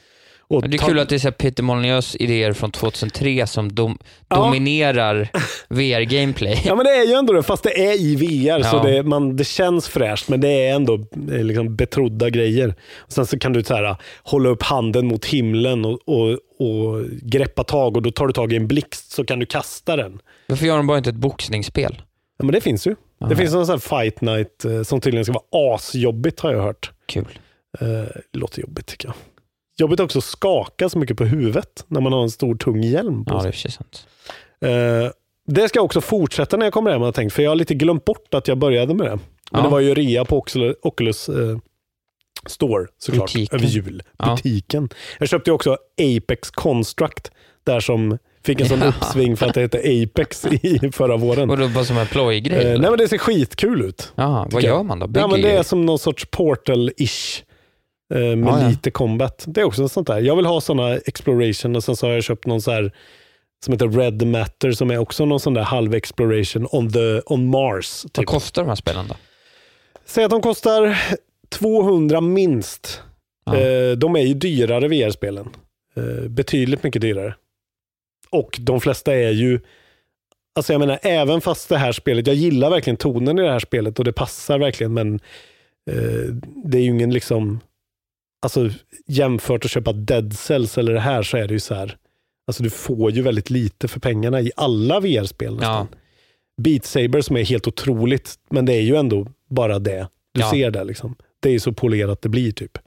Och det är ta- kul att det är så Peter Molyneux idéer från tjugohundratre som dom- ja. dominerar V R-gameplay. Ja, men det är ju ändå det, fast det är i V R, ja. så det, man, det känns fräscht, men det är ändå liksom betrodda grejer. Och sen så kan du så här, hålla upp handen mot himlen och, och, och greppa tag, och då tar du tag i en blixt så kan du kasta den. Varför gör de bara inte ett boxningsspel? Ja, men det finns ju. Aha. Det finns en sån här Fight Night som tydligen ska vara asjobbigt, har jag hört. Kul. Uh, låter jobbigt tycker jag. Jobbigt också att skaka så mycket på huvudet när man har en stor tung hjälm på ja, sig. Det är sant. Uh, det ska jag också fortsätta när jag kommer hem, har jag tänkt, för jag har lite glömt bort att jag började med det. Men ja. det var ju rea på Oculus, Oculus uh, Store såklart, Butiken. över jul. Ja. Butiken. Jag köpte ju också Apex Construct där som fick en sån ja. uppsving för att det heter Apex i förra våren. Och det var som en ploj-grej? Uh, nej, men det ser skitkul ut. Jaha, vad gör man då? Ja, men det är som någon sorts Portal-ish. Med ah, ja. lite combat. Det är också något sånt där. Jag vill ha såna exploration, och sen så har jag köpt någon så här som heter Red Matter som är också någon sån där halv exploration on, the, on Mars. Typ. Vad kostar de här spelen då? Säg att de kostar tvåhundra minst. Ah. De är ju dyrare V R-spelen. Betydligt mycket dyrare. Och de flesta är ju, alltså jag menar, även fast det här spelet, jag gillar verkligen tonen i det här spelet och det passar verkligen, men det är ju ingen liksom, alltså jämfört att köpa Dead Cells eller det här, så är det ju så här, alltså du får ju väldigt lite för pengarna i alla V R-spel nästan. Ja. Beat Saber som är helt otroligt, men det är ju ändå bara det du ja. ser där liksom. Det är ju så polerat det blir typ.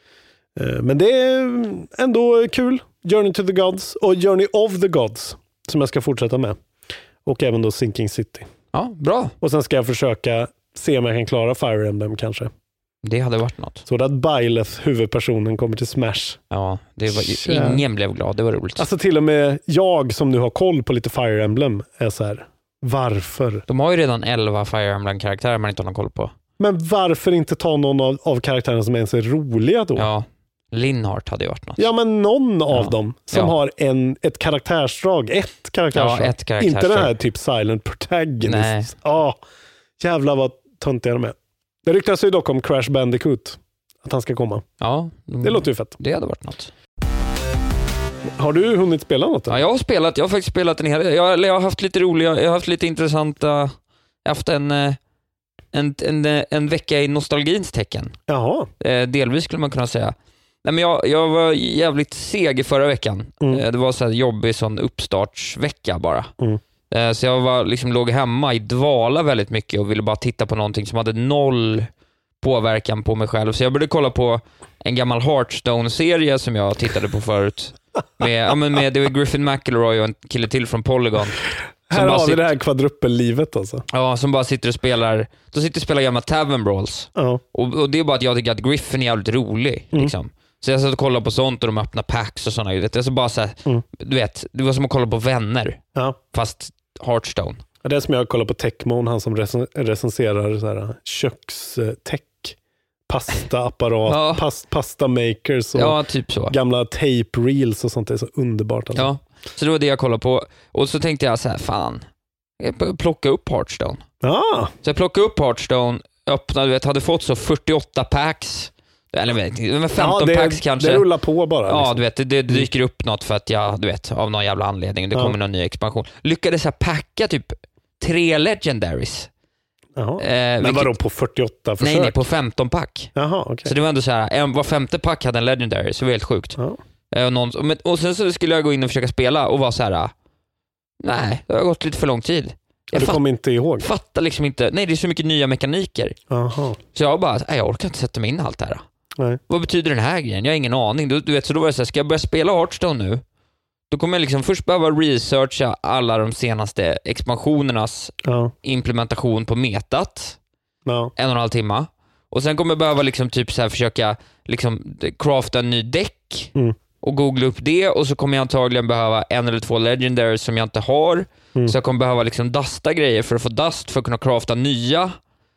Men det är ändå kul. Journey to the Gods och Journey of the Gods som jag ska fortsätta med. Och även då Sinking City. Ja, bra. Och sen ska jag försöka se om jag kan klara Fire Emblem kanske. Det hade varit något. Så att Byleth, huvudpersonen, kommer till Smash. Ja, det var, ingen blev glad. Det var roligt. Alltså till och med jag som nu har koll på lite Fire Emblem är så här, varför? De har ju redan elva Fire Emblem-karaktärer man inte har någon koll på. Men varför inte ta någon av, av karaktärerna som ens är roliga då? Ja, Linhardt hade ju varit något. Ja, men någon ja. av dem som ja. har en, ett karaktärsdrag. Ett karaktärsdrag. Ja, ett karaktärsdrag. Inte den här typ Silent Protagonist. Ja, oh, jävlar vad töntiga de är. Det ryktas ju dock om Crash Bandicoot. Att han ska komma. Ja. Det låter ju fett. Det hade varit något. Har du hunnit spela något? Ja, jag har spelat. Jag har faktiskt spelat en hel... Jag, jag har haft lite roliga... Jag har haft lite intressanta... Jag har haft en... En, en, en vecka i nostalgins tecken. Jaha. Delvis skulle man kunna säga. Nej, men jag, jag var jävligt seg i förra veckan. Mm. Det var så här jobbig sån uppstartsvecka bara. Mm. Så jag var, liksom, låg hemma i dvala väldigt mycket och ville bara titta på någonting som hade noll påverkan på mig själv. Så jag började kolla på en gammal Hearthstone-serie som jag tittade på förut. Med, ja, men med David Griffin McElroy och en kille till från Polygon. Här har vi sitter, det här kvadruppellivet alltså. Ja, som bara sitter och spelar. De sitter och spelar gamla Tavern Brawls. Uh-huh. och, och det är bara att jag tycker att Griffin är jävligt rolig. Mm. Liksom. Så jag satt och kollade på sånt och de öppnar packs och sådana. Det, bara så här, mm. du vet, det var som att kolla på Vänner. Uh-huh. Fast Hearthstone. Ja, det är som jag kollar på Techmon, han som recen- recenserar så här, kökstech, pastaapparat, ja. past, pasta makers och ja, typ så. Gamla tape reels och sånt. Det är så underbart. Alltså. Ja, så det var det jag kollade på. Och så tänkte jag så här, fan, jag plocka upp Hearthstone. Ah. Så jag plockade upp Hearthstone, öppnade, vet, hade fått så fyrtioåtta packs. Eller vet, femton ja, det, packs kanske. Det rullar på bara. Ja, liksom. du vet, det, det dyker upp något för att jag, du vet, av någon jävla anledning. Det ja. kommer någon ny expansion. Lyckades jag packa typ tre legendaries. Jaha. Eh, Men vilket, vadå på fyrtioåtta försök? Nej, nej, på femton pack. Jaha, okay. Så det var ändå så här, en, var femte pack hade en legendary, så det var helt sjukt. Ja. Eh, och, någon, och, och sen så skulle jag gå in och försöka spela och vara så här, nej, det har gått lite för lång tid. Jag du kommer inte ihåg? Fattar liksom inte, nej, det är så mycket nya mekaniker. Aha. Så jag bara, nej, jag orkar inte sätta mig in allt det här. Nej. Vad betyder den här grejen? Jag har ingen aning. Du, du vet, så då var det så här, ska jag börja spela Hearthstone nu? Då kommer jag liksom först behöva researcha alla de senaste expansionernas ja. implementation på metat. Ja. En och en halv timme. Och sen kommer jag behöva liksom typ så här försöka liksom crafta en ny däck mm. och googla upp det. Och så kommer jag antagligen behöva en eller två legendaries som jag inte har. Mm. Så jag kommer behöva liksom dusta grejer för att få dust för att kunna crafta nya.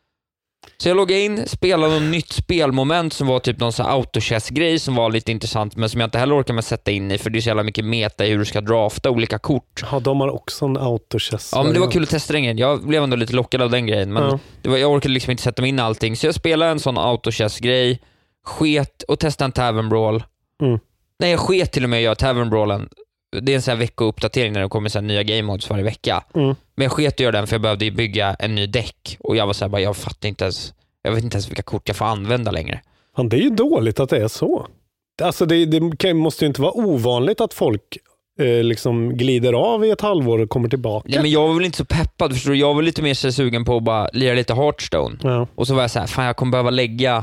Så jag loggade in, spelade något nytt spelmoment som var typ någon sån här autochess-grej som var lite intressant men som jag inte heller orkar med sätta in i för det är så jävla mycket meta i hur du ska drafta olika kort. Ja, de har också en autochess. Ja, men det var kul att testa den grejen. Jag blev ändå lite lockad av den grejen men ja. det var, jag orkade liksom inte sätta mig in i allting. Så jag spelade en sån autochess-grej, sket och testade en Tavern Brawl. Mm. Nej, jag sket till och med att göra Tavern Brawlen. Det är en sån här veckouppdatering när det kommer så här nya game modes varje vecka. Mm. Men jag sket att göra den för jag behövde bygga en ny däck. Och jag var så här, bara, jag fattar inte ens, jag vet inte ens vilka kort jag får använda längre. Men det är ju dåligt att det är så. Alltså det, det måste ju inte vara ovanligt att folk eh, liksom glider av i ett halvår och kommer tillbaka. Nej, men jag var väl inte så peppad, förstår du? Jag var lite mer så sugen på att bara lira lite Hearthstone. Ja. Och så var jag så här, fan jag kommer behöva lägga,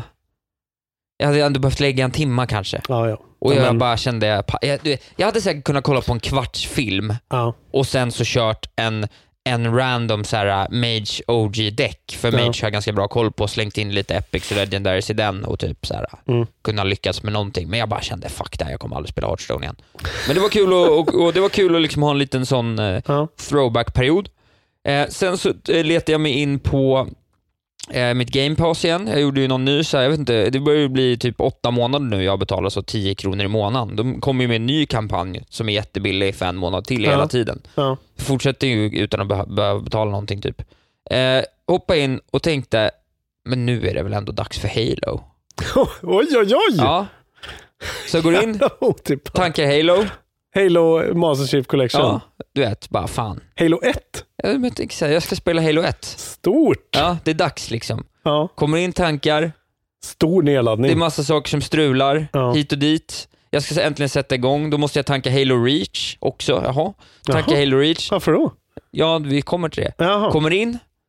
jag hade ändå behövt lägga en timma kanske. Ja, ja. Och jag men... bara kände, jag, jag, jag hade säkert kunnat kolla på en kvarts film ja. och sen så kört en en random så här Mage O G-deck, för Mage ja. har ganska bra koll på, slängt in lite Epics och Legendaries i den och typ så här mm. kunna lyckas med någonting. Men jag bara kände, fuck det här, jag kommer aldrig spela Hearthstone igen. Men det var kul och, och, och det var kul att liksom ha en liten sån eh, ja. throwback-period. Eh, sen så eh, letade jag mig in på eh, mitt Game Pass igen. Jag gjorde ju någon ny så här, jag vet inte, det börjar ju bli typ åtta månader nu jag betalar så tio kronor i månaden. De kommer ju med en ny kampanj som är jättebillig för en månad till ja. hela tiden. Ja. Fortsätter ju utan att behöva be- betala någonting typ. Eh, hoppa in och tänkte, men nu är det väl ändå dags för Halo. Oj, oj, oj! Ja. Så jag går in, tankar Halo. Halo Master Chief Collection. Ja, du vet, bara fan. Halo ett? Jag, vet inte, jag ska spela Halo ett. Stort! Ja, det är dags liksom. Ja. Kommer in tankar. Stor nedladdning. Det är massa saker som strular, ja. hit och dit. Jag ska äntligen sätta igång. Då måste jag tanka Halo Reach också. Jaha. Tanka Jaha. Halo Reach. Varför då? Ja, vi kommer till det. Jaha. Kommer in.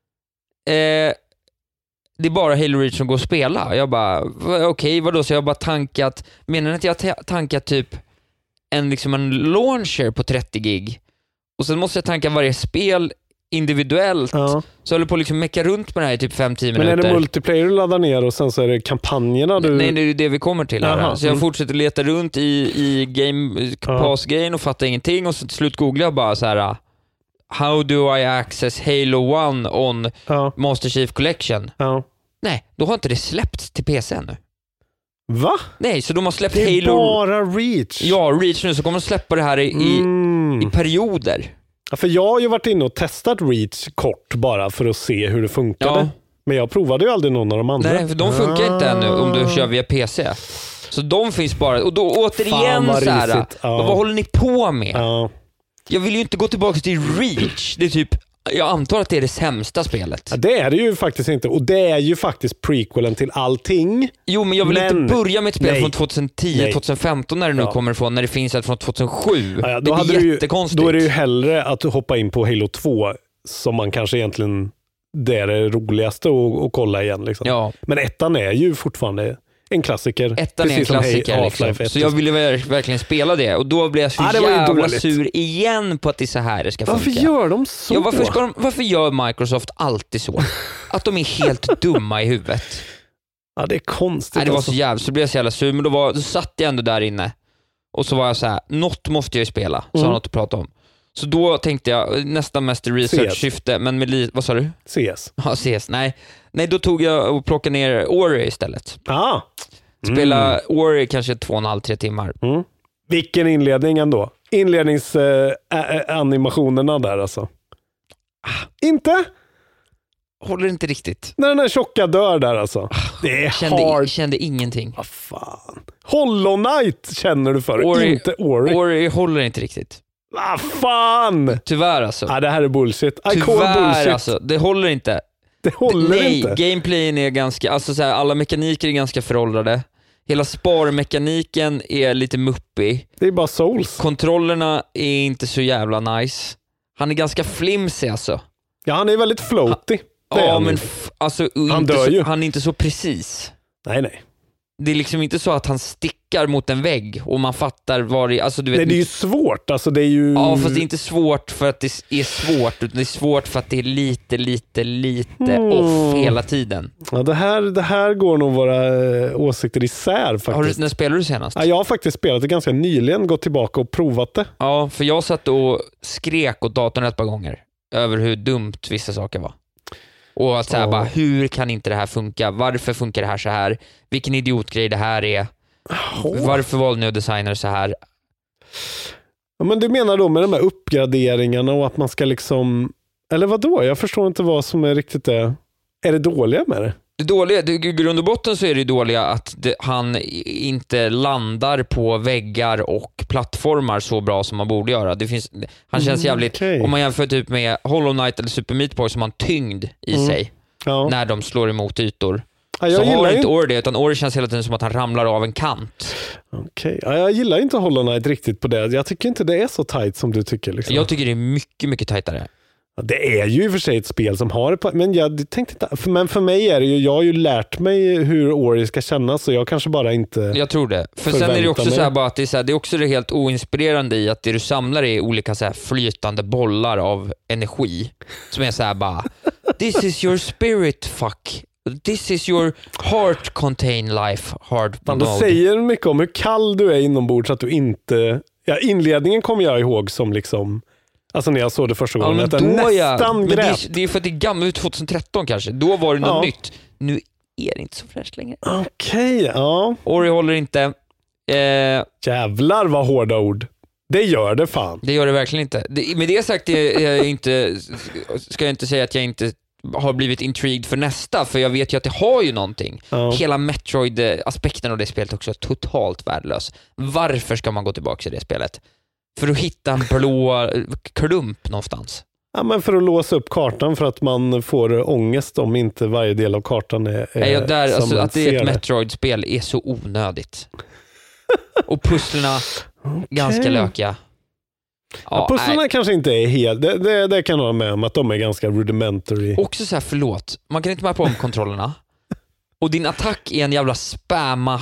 Eh, det är bara Halo Reach som går att spela. Jag bara, okej, okay, vadå? Så jag har bara tankat. Menar ni att jag har tankat typ en, liksom en launcher på trettio gig? Och sen måste jag tanka varje spel individuellt. Ja. Så jag håller på att liksom mecka runt med det här i typ fem till tio minuter. Men är det multiplayer du laddar ner och sen så är det kampanjerna du... Nej, det är det vi kommer till här. Aha, så jag mm. fortsätter leta runt i, i Game Pass-grejen och fattar ingenting. Och så till slut googlar jag bara så här: how do I access Halo one on ja. Master Chief Collection? Ja. Nej, då har inte det släppts till P C ännu. Va? Nej, så de har släppt det är Halo... bara Reach. Ja, Reach nu, så kommer de släppa det här i, mm. i, i perioder. Ja, för jag har ju varit inne och testat Reach kort bara för att se hur det funkade. Ja. Men jag provade ju aldrig någon av de andra. Nej, för de funkar ah. inte ännu om du kör via P C. Så de finns bara... Och då återigen så här, ja. vad håller ni på med? Ja. Jag vill ju inte gå tillbaka till Reach. Det är typ... Jag antar att det är det sämsta spelet. Ja, det är det ju faktiskt inte. Och det är ju faktiskt prequelen till allting. Jo, men jag vill men... inte börja med ett spel nej. från tjugohundratio tjugohundrafemton när det nu ja. kommer ifrån, när det finns ett från tjugohundrasju. Ja, ja, då det blir jättekonstigt. Ju, då är det ju hellre att hoppa in på Halo två som man kanske egentligen... Det är det roligaste att, att kolla igen. Liksom. Ja. Men ettan är ju fortfarande... en klassiker. Ettan är en klassiker liksom. Så jag ville verkligen spela det. Och då blev jag så ah, jävla sur igen på att det är så här det ska funka. Varför gör de så? Ja, varför, ska de, varför gör Microsoft alltid så? Att de är helt dumma i huvudet. Ja, det är konstigt. Nej, det var alltså. så jävla, så blev jag så jävla sur. Men då, var, då satt jag ändå där inne. Och så var jag så här, något måste jag ju spela. Så mm. har något att prata om. Så då tänkte jag, nästan mest i research-syfte, men med li- vad sa du? C S. Ja, C S, nej. Nej, då tog jag och plockade ner Ori istället. Ah. Mm. Spela Ori kanske två och en halv, tre timmar. Mm. Vilken inledning ändå. Inledningsanimationerna äh, där alltså. Ah. Inte? Håller inte riktigt. När den här tjocka dör där alltså. Ah. Det är kände, hard. Kände ingenting. Vad fan. Hollow Knight känner du för. Ori, inte Ori. Ori håller inte riktigt. Vad fan. Tyvärr alltså. Ja, det här är bullshit. I Tyvärr bullshit. alltså. Det håller inte. Det håller Nej, inte. Gameplayen är ganska, alltså så här, alla mekaniker är ganska föråldrade. Hela sparmekaniken är lite muppig. Det är bara Souls. Kontrollerna är inte så jävla nice. Han är ganska flimsig alltså. Ja, han är väldigt floaty. Han, ja, men f- alltså han dör så, ju. Han är inte så precis. Nej, nej. Det är liksom inte så att han stickar mot en vägg och man fattar var det, alltså du vet. Nej, det är ju svårt, alltså det är ju... Ja, fast det är inte svårt för att det är svårt, utan det är svårt för att det är lite, lite, lite mm. off hela tiden. Ja, det här, det här går nog våra äh, åsikter isär faktiskt. Har du, när spelade du senast? Ja, jag har faktiskt spelat det ganska nyligen, gått tillbaka och provat det. Ja, för jag satt och skrek åt datorn ett par gånger över hur dumt vissa saker var. Och att säga oh. bara, hur kan inte det här funka? Varför funkar det här så här? Vilken idiotgrej det här är? Oh. Varför valde ni designer så här? Ja, men du menar då med de här uppgraderingarna och att man ska liksom... Eller vad då? Jag förstår inte vad som är riktigt det. Är det dåliga med det? Det dåliga, det, i grund och botten så är det dåliga att det, han inte landar på väggar och plattformar så bra som man borde göra. Det finns, han känns mm, jävligt, okay. om man jämför typ med Hollow Knight eller Super Meat Boy som har en tyngd i mm. sig ja. när de slår emot ytor. Ja, så har inte Ori det, utan Ori känns hela tiden som att han ramlar av en kant. Okej, okay. ja, jag gillar inte Hollow Knight riktigt på det. Jag tycker inte det är så tight som du tycker. Liksom. Jag tycker det är mycket, mycket tightare. Ja, det är ju i och för sig ett spel som har det, men jag tänkte inte, men för mig är det ju, jag har ju lärt mig hur Ori ska kännas så jag kanske bara inte. Jag tror det. För sen är det också så här bara att det är så här, det är också det helt oinspirerande i att det du samlar är olika så här flytande bollar av energi som är så här bara this is your spirit fuck. This is your heart contain life hard mode. Det säger mycket om hur kall du är inombords att du inte, ja, inledningen kommer jag ihåg som liksom, alltså när jag såg det första gången, ja, att jag nästan ja. Men det, är, det är för att det är gammalt, tjugohundratretton kanske. Då var det något ja. nytt. Nu är det inte så fräscht längre. Okej, okay, ja. Ori håller inte. Eh, Jävlar vad hårda ord. Det gör det fan. Det gör det verkligen inte. Det, med det sagt jag, jag inte, ska jag inte säga att jag inte har blivit intrigued för nästa, för jag vet ju att det har ju någonting. Ja. Hela Metroid-aspekten av det spelet också är totalt värdelös. Varför ska man gå tillbaka till det spelet? För att hitta en blå klump någonstans. Ja, men för att låsa upp kartan för att man får ångest om inte varje del av kartan är, är Nej, jag där, alltså, att det är ett Metroid-spel är så onödigt. Och pusslerna okay. ganska lökiga. Ja, ja, pusslarna nej. kanske inte är helt, det, det, det kan jag ha med om att de är ganska rudimentary. Också så här, förlåt, man kan inte mappa om kontrollerna. Och din attack är en jävla spamma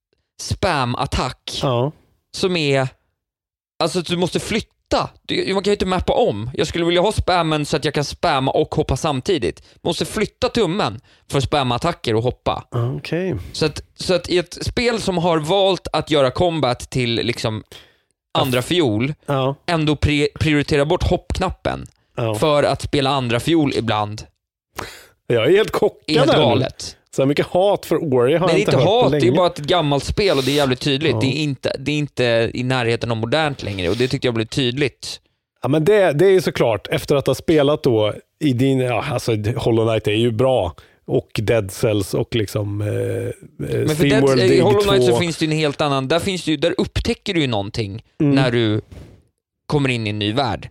spam-attack ja. som är, alltså att du måste flytta. Du, man kan ju inte mappa om. Jag skulle vilja ha spammen så att jag kan spamma och hoppa samtidigt. Man måste flytta tummen för att spamma attacker och hoppa. Okay. Så att, så att i ett spel som har valt att göra combat till liksom andra fiol ja. ändå pri- prioritera bort hoppknappen ja. för att spela andra fiol ibland. Jag är helt chockad. Helt galet. Så mycket hat för Ori har Nej, jag inte det är inte hört hat, det är bara ett gammalt spel och det är jävligt tydligt. Ja. Det, är inte, det är inte i närheten av modernt längre och det tyckte jag blev tydligt. Ja, men det, det är ju såklart efter att ha spelat då i din, ja, alltså Hollow Knight är ju bra och Dead Cells och liksom eh, men för Dead, i Hollow Knight så finns det ju en helt annan, där finns det ju, där upptäcker du ju någonting mm. när du kommer in i en ny värld.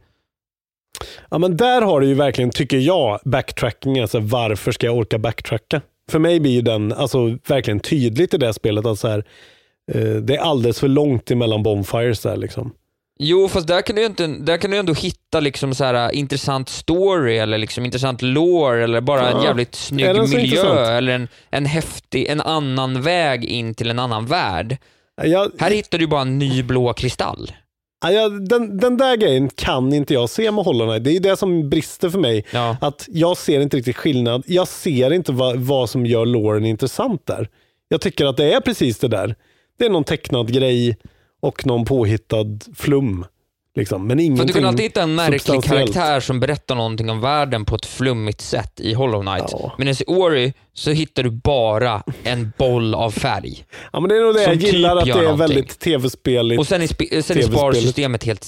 Ja, men där har du ju verkligen, tycker jag, backtracking, alltså varför ska jag orka backtracka? För mig blir ju den alltså verkligen tydligt i det spelet att så här, eh, det är alldeles för långt emellan bonfires där liksom. Jo, fast där kan du ju inte, där kan du ändå hitta liksom så här intressant story eller liksom intressant lore eller bara ja. en jävligt snygg miljö intressant? eller en, en häftig, en annan väg in till en annan värld. Jag, här hittar du bara en ny blå kristall. Ja, den, den där grejen kan inte jag se med Hollow Knight. Det är det som brister för mig. Ja. Att jag ser inte riktigt skillnad. Jag ser inte vad, vad som gör loren intressant där. Jag tycker att det är precis det där. Det är någon tecknad grej och någon påhittad flum. Liksom. Men ingenting. För du kan alltid hitta en märklig karaktär som berättar någonting om världen på ett flummigt sätt i Hollow Knight. Ja. Men i Ori så hittar du bara en boll av färg. Ja, men det är nog det jag gillar, typ att det är någonting. Väldigt tv-speligt. Och sen är, sp- sen är sparsystemet helt,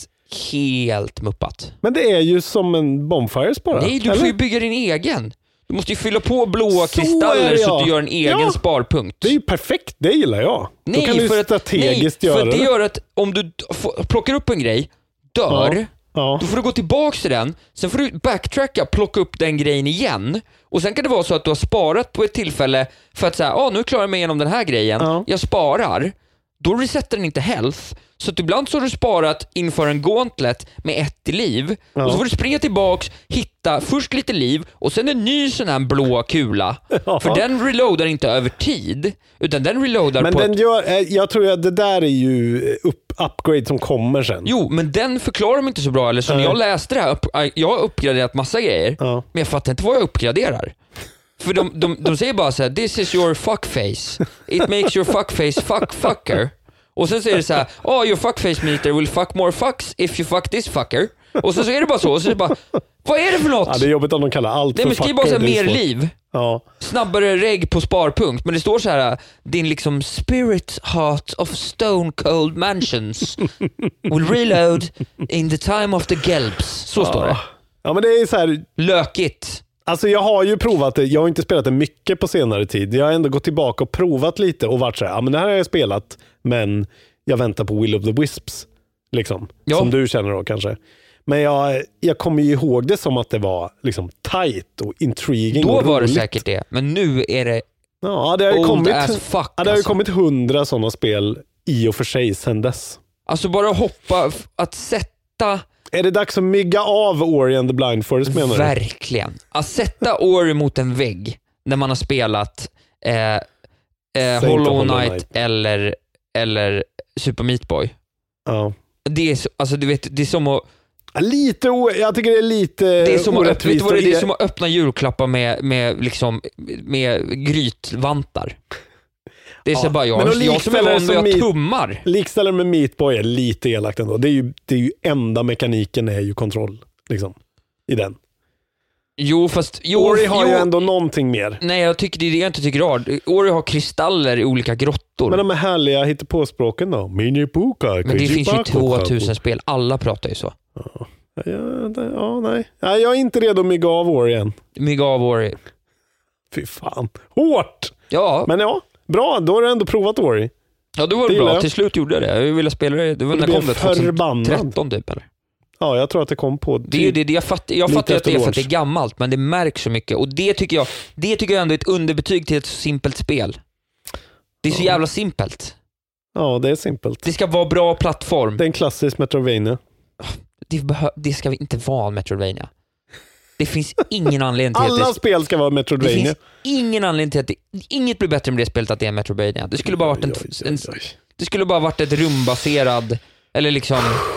helt muppat. Men det är ju som en bonfires bara. Nej, du eller? får ju bygga din egen. Du måste ju fylla på blåa så kristaller så att du gör en egen ja. sparpunkt. Det är ju perfekt, det gillar jag. Nej, Då kan du för strategiskt att, nej, göra för det. det gör att om du plockar upp en grej, dör, ja. Ja. då får du gå tillbaka till den, sen får du backtracka, plocka upp den grejen igen, och sen kan det vara så att du har sparat på ett tillfälle för att säga, ja ah, nu klarar jag mig igenom den här grejen, ja. jag sparar, då resetar den inte health, så att ibland så har du sparat inför en gauntlet med ett i liv, ja. och så får du springa tillbaks, hitta först lite liv och sen en ny sån här blå kula, ja. för den reloadar inte över tid, utan den reloadar men på den ett... gör, jag tror att det där är ju upp, upgrade som kommer sen. Jo, men den förklarar de inte så bra, eller så när jag läste det här, upp, jag har uppgraderat massa grejer, ja. men jag fattar inte vad jag uppgraderar. För de, de, de säger bara så här: this is your fuckface. It makes your fuckface fuck fucker. Och sen säger det så här: oh, your fuckface meter will fuck more fucks if you fuck this fucker. Och så, så är det bara så. Och så är det bara, vad är det för något? Ja, det är jobbigt om de kallar allt Nej, för men fucker. Det bara så här, mer liv. Ja. Snabbare reg på sparpunkt. Men det står så här: din liksom spirit heart of stone cold mansions will reload in the time of the gelbs. Så står det. Ja, men det är så här... Lökigt. Alltså jag har ju provat det. Jag har inte spelat det mycket på senare tid. Jag har ändå gått tillbaka och provat lite och varit så här, ja men det här har jag spelat, men jag väntar på Will of the Wisps liksom, ja. Som du känner då kanske. Men jag, jag kommer ju ihåg det som att det var liksom tight och intriguing. Då och var roligt. det säkert det, men nu är det ja, det har ju old kommit, as fuck. Ja, det har ju alltså. kommit hundra sådana spel i och för sig sedan dess. Alltså bara hoppa, att sätta... Är det dags att mygga av Ori and the Blind Forest menar du? Verkligen. Att sätta Ori mot en vägg när man har spelat eh, eh, Hollow Knight, Knight eller, eller Super Meat Boy. Ja. Det är, så, alltså, du vet, det är som att... Lite o- jag tycker det är lite det är som att, orättvist. Vet du vad det är? Det är som att öppna julklappar med, med, liksom, med grytvantar. Det är så ja, bara jag, jag, jag som är van vid att jag tummar. Likställer med Meat Boy är lite elakt ändå. Det är ju, det är ju enda mekaniken är ju kontroll liksom, i den. Jo, fast... Jo, Ori har jo, ju ändå någonting mer. Nej, jag tycker det är det jag inte tycker om. Ori har kristaller i olika grottor. Men de är härliga hittepåspråken då. Minipuka. Men det finns ju tvåtusen spel. Alla pratar ju så. Ja, ja, ja nej. Ja, jag är inte redo att mygga av Ori än. Mygga av Ori. Fy fan. Hårt! Ja. Men ja, bra. Då har du ändå provat Ori. Ja, det var det bra. Till slut gjorde jag det. Jag ville spela det. Det var när kom det? tjugohundratretton typ, eller? Ja, jag tror att det kom på... Det är ju det, det jag fattar, jag fattar att det är för att det är gammalt, men det märks så mycket. Och det tycker jag, det tycker jag ändå är ett underbetyg till ett simpelt spel. Det är så ja. jävla simpelt. Ja, det är simpelt. Det ska vara bra plattform. Det är en klassisk Metroidvania. Det, behö- det ska inte vara en Metroidvania. Det finns ingen anledning till Alla att det... spel ska vara Metroidvania. Det finns ingen anledning till att det... Inget blir bättre med det spelet att det är Metroidvania. Det skulle bara varit en... Oj, oj, oj, oj. Det skulle bara varit ett rumbaserad eller liksom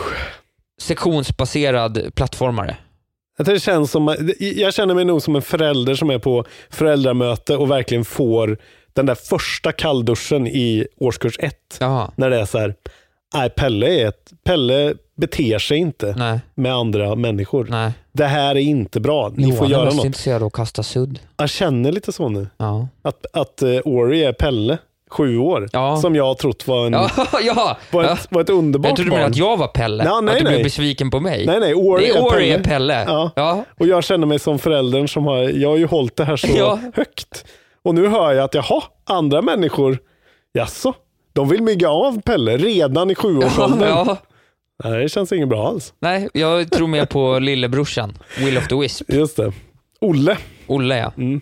sektionsbaserad plattformare. Det känns som, jag känner mig nog som en förälder som är på föräldramöte och verkligen får den där första kallduschen i årskurs ett. Jaha. När det är så här, nej, Pelle, är ett, Pelle beter sig inte nej. med andra människor. Nej. Det här är inte bra. Ni Johan får göra något. Jag är intresserad av att kasta sudd. Jag känner lite så nu. Ja. Att, att uh, Ori är Pelle. Sju år, ja. Som jag har trott var, en, ja, ja. var, ett, var ett underbart jag trodde barn. Jag trodde att jag var Pelle. Ja, nej, att du nej. blev besviken på mig. Nej, nej, Ori är, Ori är Pelle. Pelle. Ja. Ja. Och jag känner mig som föräldern som har, jag har ju hållit det här så ja. högt. Och nu hör jag att jaha, andra människor, jaså, de vill mygga av Pelle redan i sjuårsåldern. Ja, ja. Nej, det känns inget bra alls. Nej, jag tror mer på lillebrorsan, Will of the Wisp. Just det. Olle. Olle, ja. Mm.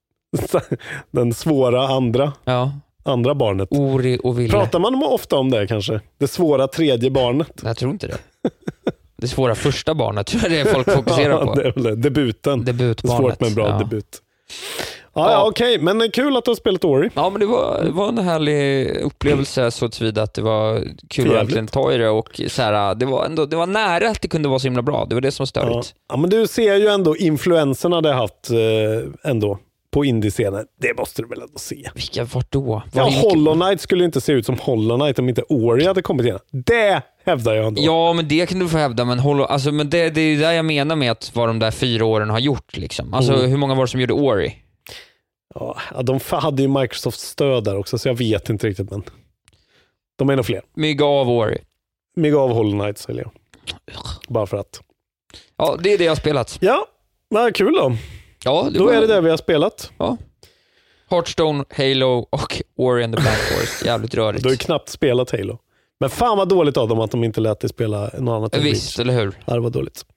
Den svåra andra. Ja. Andra barnet. Ori och Ville. Pratar man ofta om det kanske? Det svåra tredje barnet. Jag tror inte det. Det svåra första barnet tror jag det är folk fokuserar på. Det är väl det. Debuten. Debutbarnet. Svårt med en bra ja. debut. Ja, ja okej. Okay. Men kul att du har spelat Ori. Ja, men det var, det var en härlig upplevelse så tillvida att det var kul att verkligen ta i det. Och så här, det, var ändå, det var nära att det kunde vara så himla bra. Det var det som var störigt. Ja, ja men du ser ju ändå influenserna det har haft eh, ändå. På indie-scenen. Det måste du väl ändå se. Vilka, vart då? Var ja, Hollow Knight skulle inte se ut som Hollow Knight om inte Ori hade kommit igen. Det hävdar jag ändå. Ja, men det kan du få hävda. Men, Hollow, alltså, men det, det är ju där jag menar med att vad de där fyra åren har gjort. Liksom. Alltså, mm. hur många var det som gjorde Ori? Ja, de hade ju Microsoft stöd där också, så jag vet inte riktigt. Men de är nog fler. Mygga av Ori. Mygga av Hollow Knight, säger jag. Bara för att. Ja, det är det jag har spelat. Ja, vad kul då. Ja, det då var... är det där vi har spelat. Ja. Hearthstone, Halo och Ori and the Blind Forest. Jävligt rörigt. Du har ju knappt spelat Halo. Men fan vad dåligt av dem att de inte lät dig spela något annat. Visst, eller hur? Ja, det var dåligt.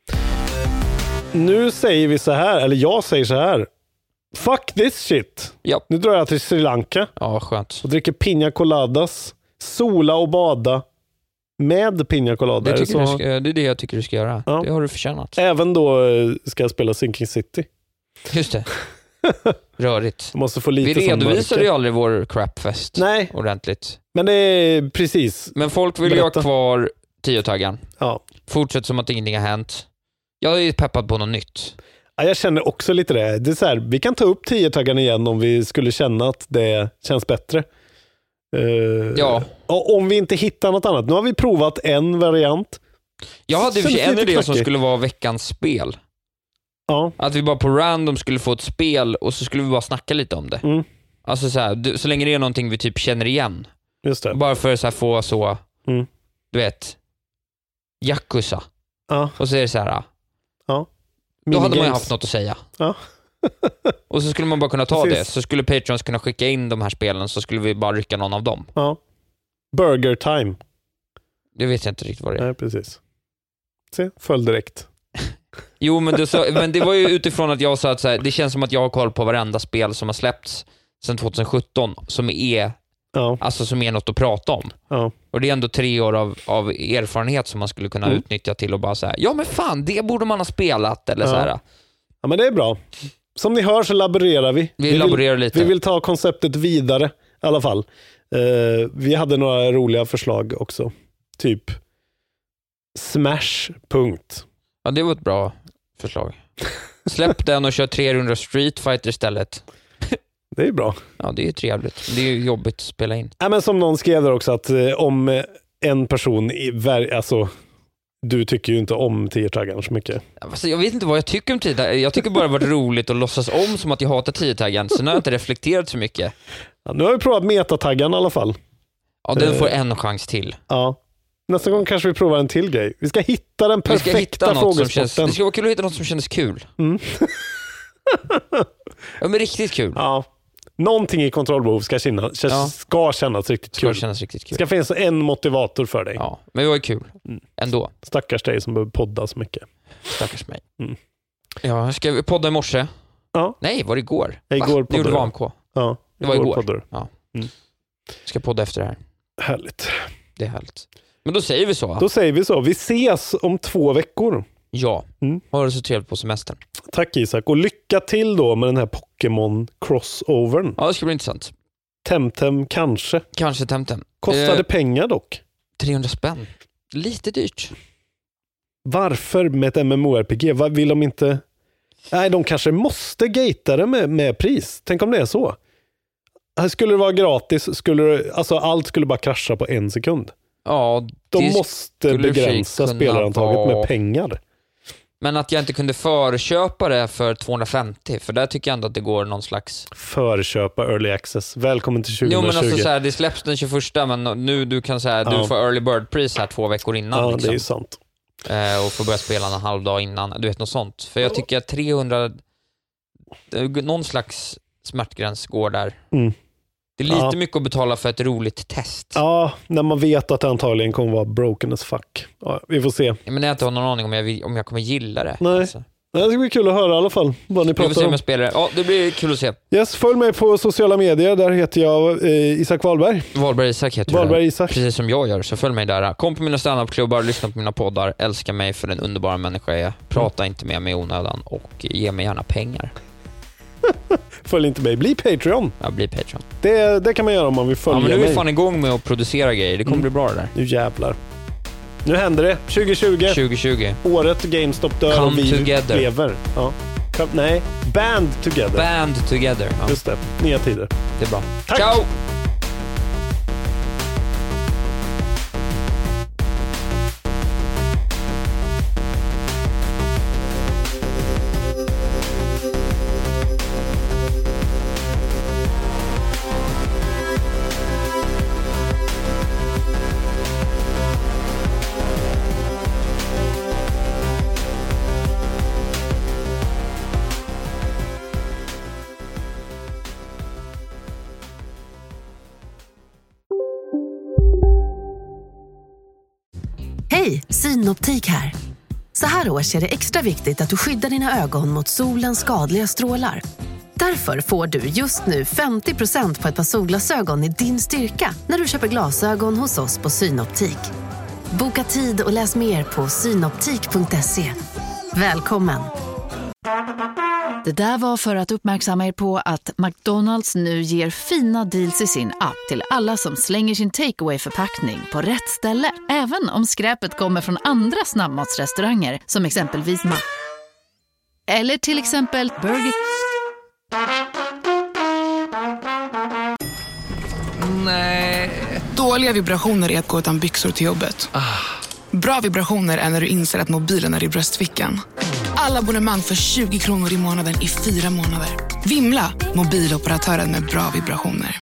Nu säger vi så här, eller jag säger så här. Fuck this shit. Ja. Nu drar jag till Sri Lanka. Ja, skönt. Och dricker piña coladas. Sola och bada. Med piña colada. Det, så... ska, det är det jag tycker du ska göra. Ja. Det har du förtjänat. Även då ska jag spela Sinking City. Just det. Rörigt. Måste få lite vi redovisade ju aldrig vår crapfest. Nej. Ordentligt. Men det är precis. Men folk vill ju ha kvar tio-taggan. Ja. Fortsätt som att ingenting har hänt. Jag är ju peppad på något nytt. Ja, jag känner också lite det. Det är så här, vi kan ta upp tio-taggan igen om vi skulle känna att det känns bättre. Uh, ja. Och om vi inte hittar något annat. Nu har vi provat en variant. Jag hade ju en idé som skulle vara veckans spel. Ja. Att vi bara på random skulle få ett spel och så skulle vi bara snacka lite om det. Mm. Alltså så här, du, så länge det är någonting vi typ känner igen. Just det. Bara för att så här få så, mm. du vet, Yakuza. Ja. Och så är det så här. Ja. Då hade man ju haft något att säga. Ja. Och så skulle man bara kunna ta Precis. det. Så skulle Patreons kunna skicka in de här spelen, så skulle vi bara rycka någon av dem. Ja. Burger time. Det vet jag inte riktigt vad det är. Nej, precis. Se, följ direkt. Jo, men det, så, men det var ju utifrån att jag sa att så här, det känns som att jag har koll på varenda spel som har släppts sedan tjugohundrasjutton som är, ja. alltså, som är något att prata om. Ja. Och det är ändå tre år av, av erfarenhet som man skulle kunna mm. utnyttja till att bara säga, ja men fan, det borde man ha spelat. Eller ja. så här. Ja, men det är bra. Som ni hör så laborerar vi. Vi, vi laborerar vill, lite. Vi vill ta konceptet vidare i alla fall. Uh, vi hade några roliga förslag också. Typ Smash, punkt. Ja, det var ett bra förslag. Släpp den och kör trehundra Street Fighter istället. Det är bra. Ja, det är ju trevligt. Det är ju jobbigt att spela in. Ja, men som någon skrev där också att eh, om en person i ver- alltså du tycker ju inte om tio-taggarna så mycket. Alltså, jag vet inte vad jag tycker om tio-taggarna. Jag tycker bara det var roligt att låtsas om som att jag hatar tio-taggarna. Så nu har jag inte reflekterat så mycket. Ja, nu har vi provat metataggarna i alla fall. Ja, den får en chans till. Ja. Nästa gång kanske vi provar en till grej. Vi ska hitta den perfekta frågesporten. Det ska vara kul att hitta något som känns kul. Mm. Ja, men riktigt kul. Ja. Någonting i kontrollbehov ska kännas, ja. ska kännas riktigt ska kul. Kännas riktigt kul. Ska finnas en motivator för dig. Ja, men det var ju kul. Mm. Ändå. Stackars dig som behöver podda så mycket. Stackars mig. Mm. Ja, ska vi podda i morse? Ja. Nej, var det igår? Ja, igår det gjorde V M K. Ja, det var igår. igår. Ja. Mm. Ska podda efter det här. Härligt. Det är härligt. Men då säger vi så. Då säger vi så. Vi ses om två veckor. Ja, mm. ha det så trevligt på semestern. Tack Isak. Och lycka till då med den här Pokémon crossovern. Ja, det ska bli intressant. Temtem kanske. Kanske Temtem. Kostade eh, pengar dock. trehundra spänn. Lite dyrt. Varför med ett MMORPG? Vad vill de inte... Nej, de kanske måste gata det med, med pris. Tänk om det är så. Skulle det vara gratis, skulle det, alltså allt skulle bara krascha på en sekund. Ja, de måste begränsa spelarantaget vara... med pengar. Men att jag inte kunde förköpa det för tvåhundrafemtio, för där tycker jag ändå att det går någon slags... Förköpa early access. Välkommen till tjugo tjugo. Jo, men alltså så här, det släpps den tjugoförsta, men nu du kan säga ja. Du får early bird-pris här två veckor innan. Ja, liksom. Det är ju sant. Eh, och får börja spela en halv dag innan. Du vet, något sånt. För jag tycker att trehundra... Någon slags smärtgräns går där. Mm. Det är lite ja. mycket att betala för ett roligt test. Ja, när man vet att det antagligen kommer vara broken as fuck. Ja, vi får se. Ja, men jag har inte någon aning om jag, vill, om jag kommer gilla det. Nej. Alltså. Det ska bli kul att höra i alla fall vad ni pratar vi får se om. om jag spelar det. Ja, det blir kul att se. Yes, följ mig på sociala medier. Där heter jag eh, Isak Wahlberg. Wahlberg Isak heter Wahlberg du. Isak. Precis som jag gör, så följ mig där. Kom på mina standupklubbar, lyssna på mina poddar, älska mig för den underbara människa jag är. Prata mm. inte med mig i onödan och ge mig gärna pengar. Följ inte mig, bli Patreon. Ja, bli Patreon. Det, det kan man göra om man vill följa mig. Ja, men nu är mig. vi fan igång med att producera grejer. Det kommer mm. bli bra det där. Nu jävlar. Nu händer det. tjugo tjugo. tjugo tjugo. Året GameStop dör Come och vi together. lever. Ja. Come, nej, Band Together. Band Together. Ja. Just det. Nya tider. Det är bra. Tack. Ciao! Hej, Synoptik här. Så här års är det extra viktigt att du skyddar dina ögon mot solens skadliga strålar. Därför får du just nu femtio procent på ett par solglasögon i din styrka när du köper glasögon hos oss på Synoptik. Boka tid och läs mer på synoptik punkt se. Välkommen! Det där var för att uppmärksamma er på att McDonalds nu ger fina deals i sin app till alla som slänger sin takeaway-förpackning på rätt ställe. Även om skräpet kommer från andra snabbmatsrestauranger som exempelvis Ma... Eller till exempel Burger... Nej. Dåliga vibrationer är att gå utan byxor till jobbet. Ah. Bra vibrationer är när du inser att mobilen är i bröstfickan. Alla abonnemang för tjugo kronor i månaden i fyra månader. Vimla, mobiloperatören med bra vibrationer.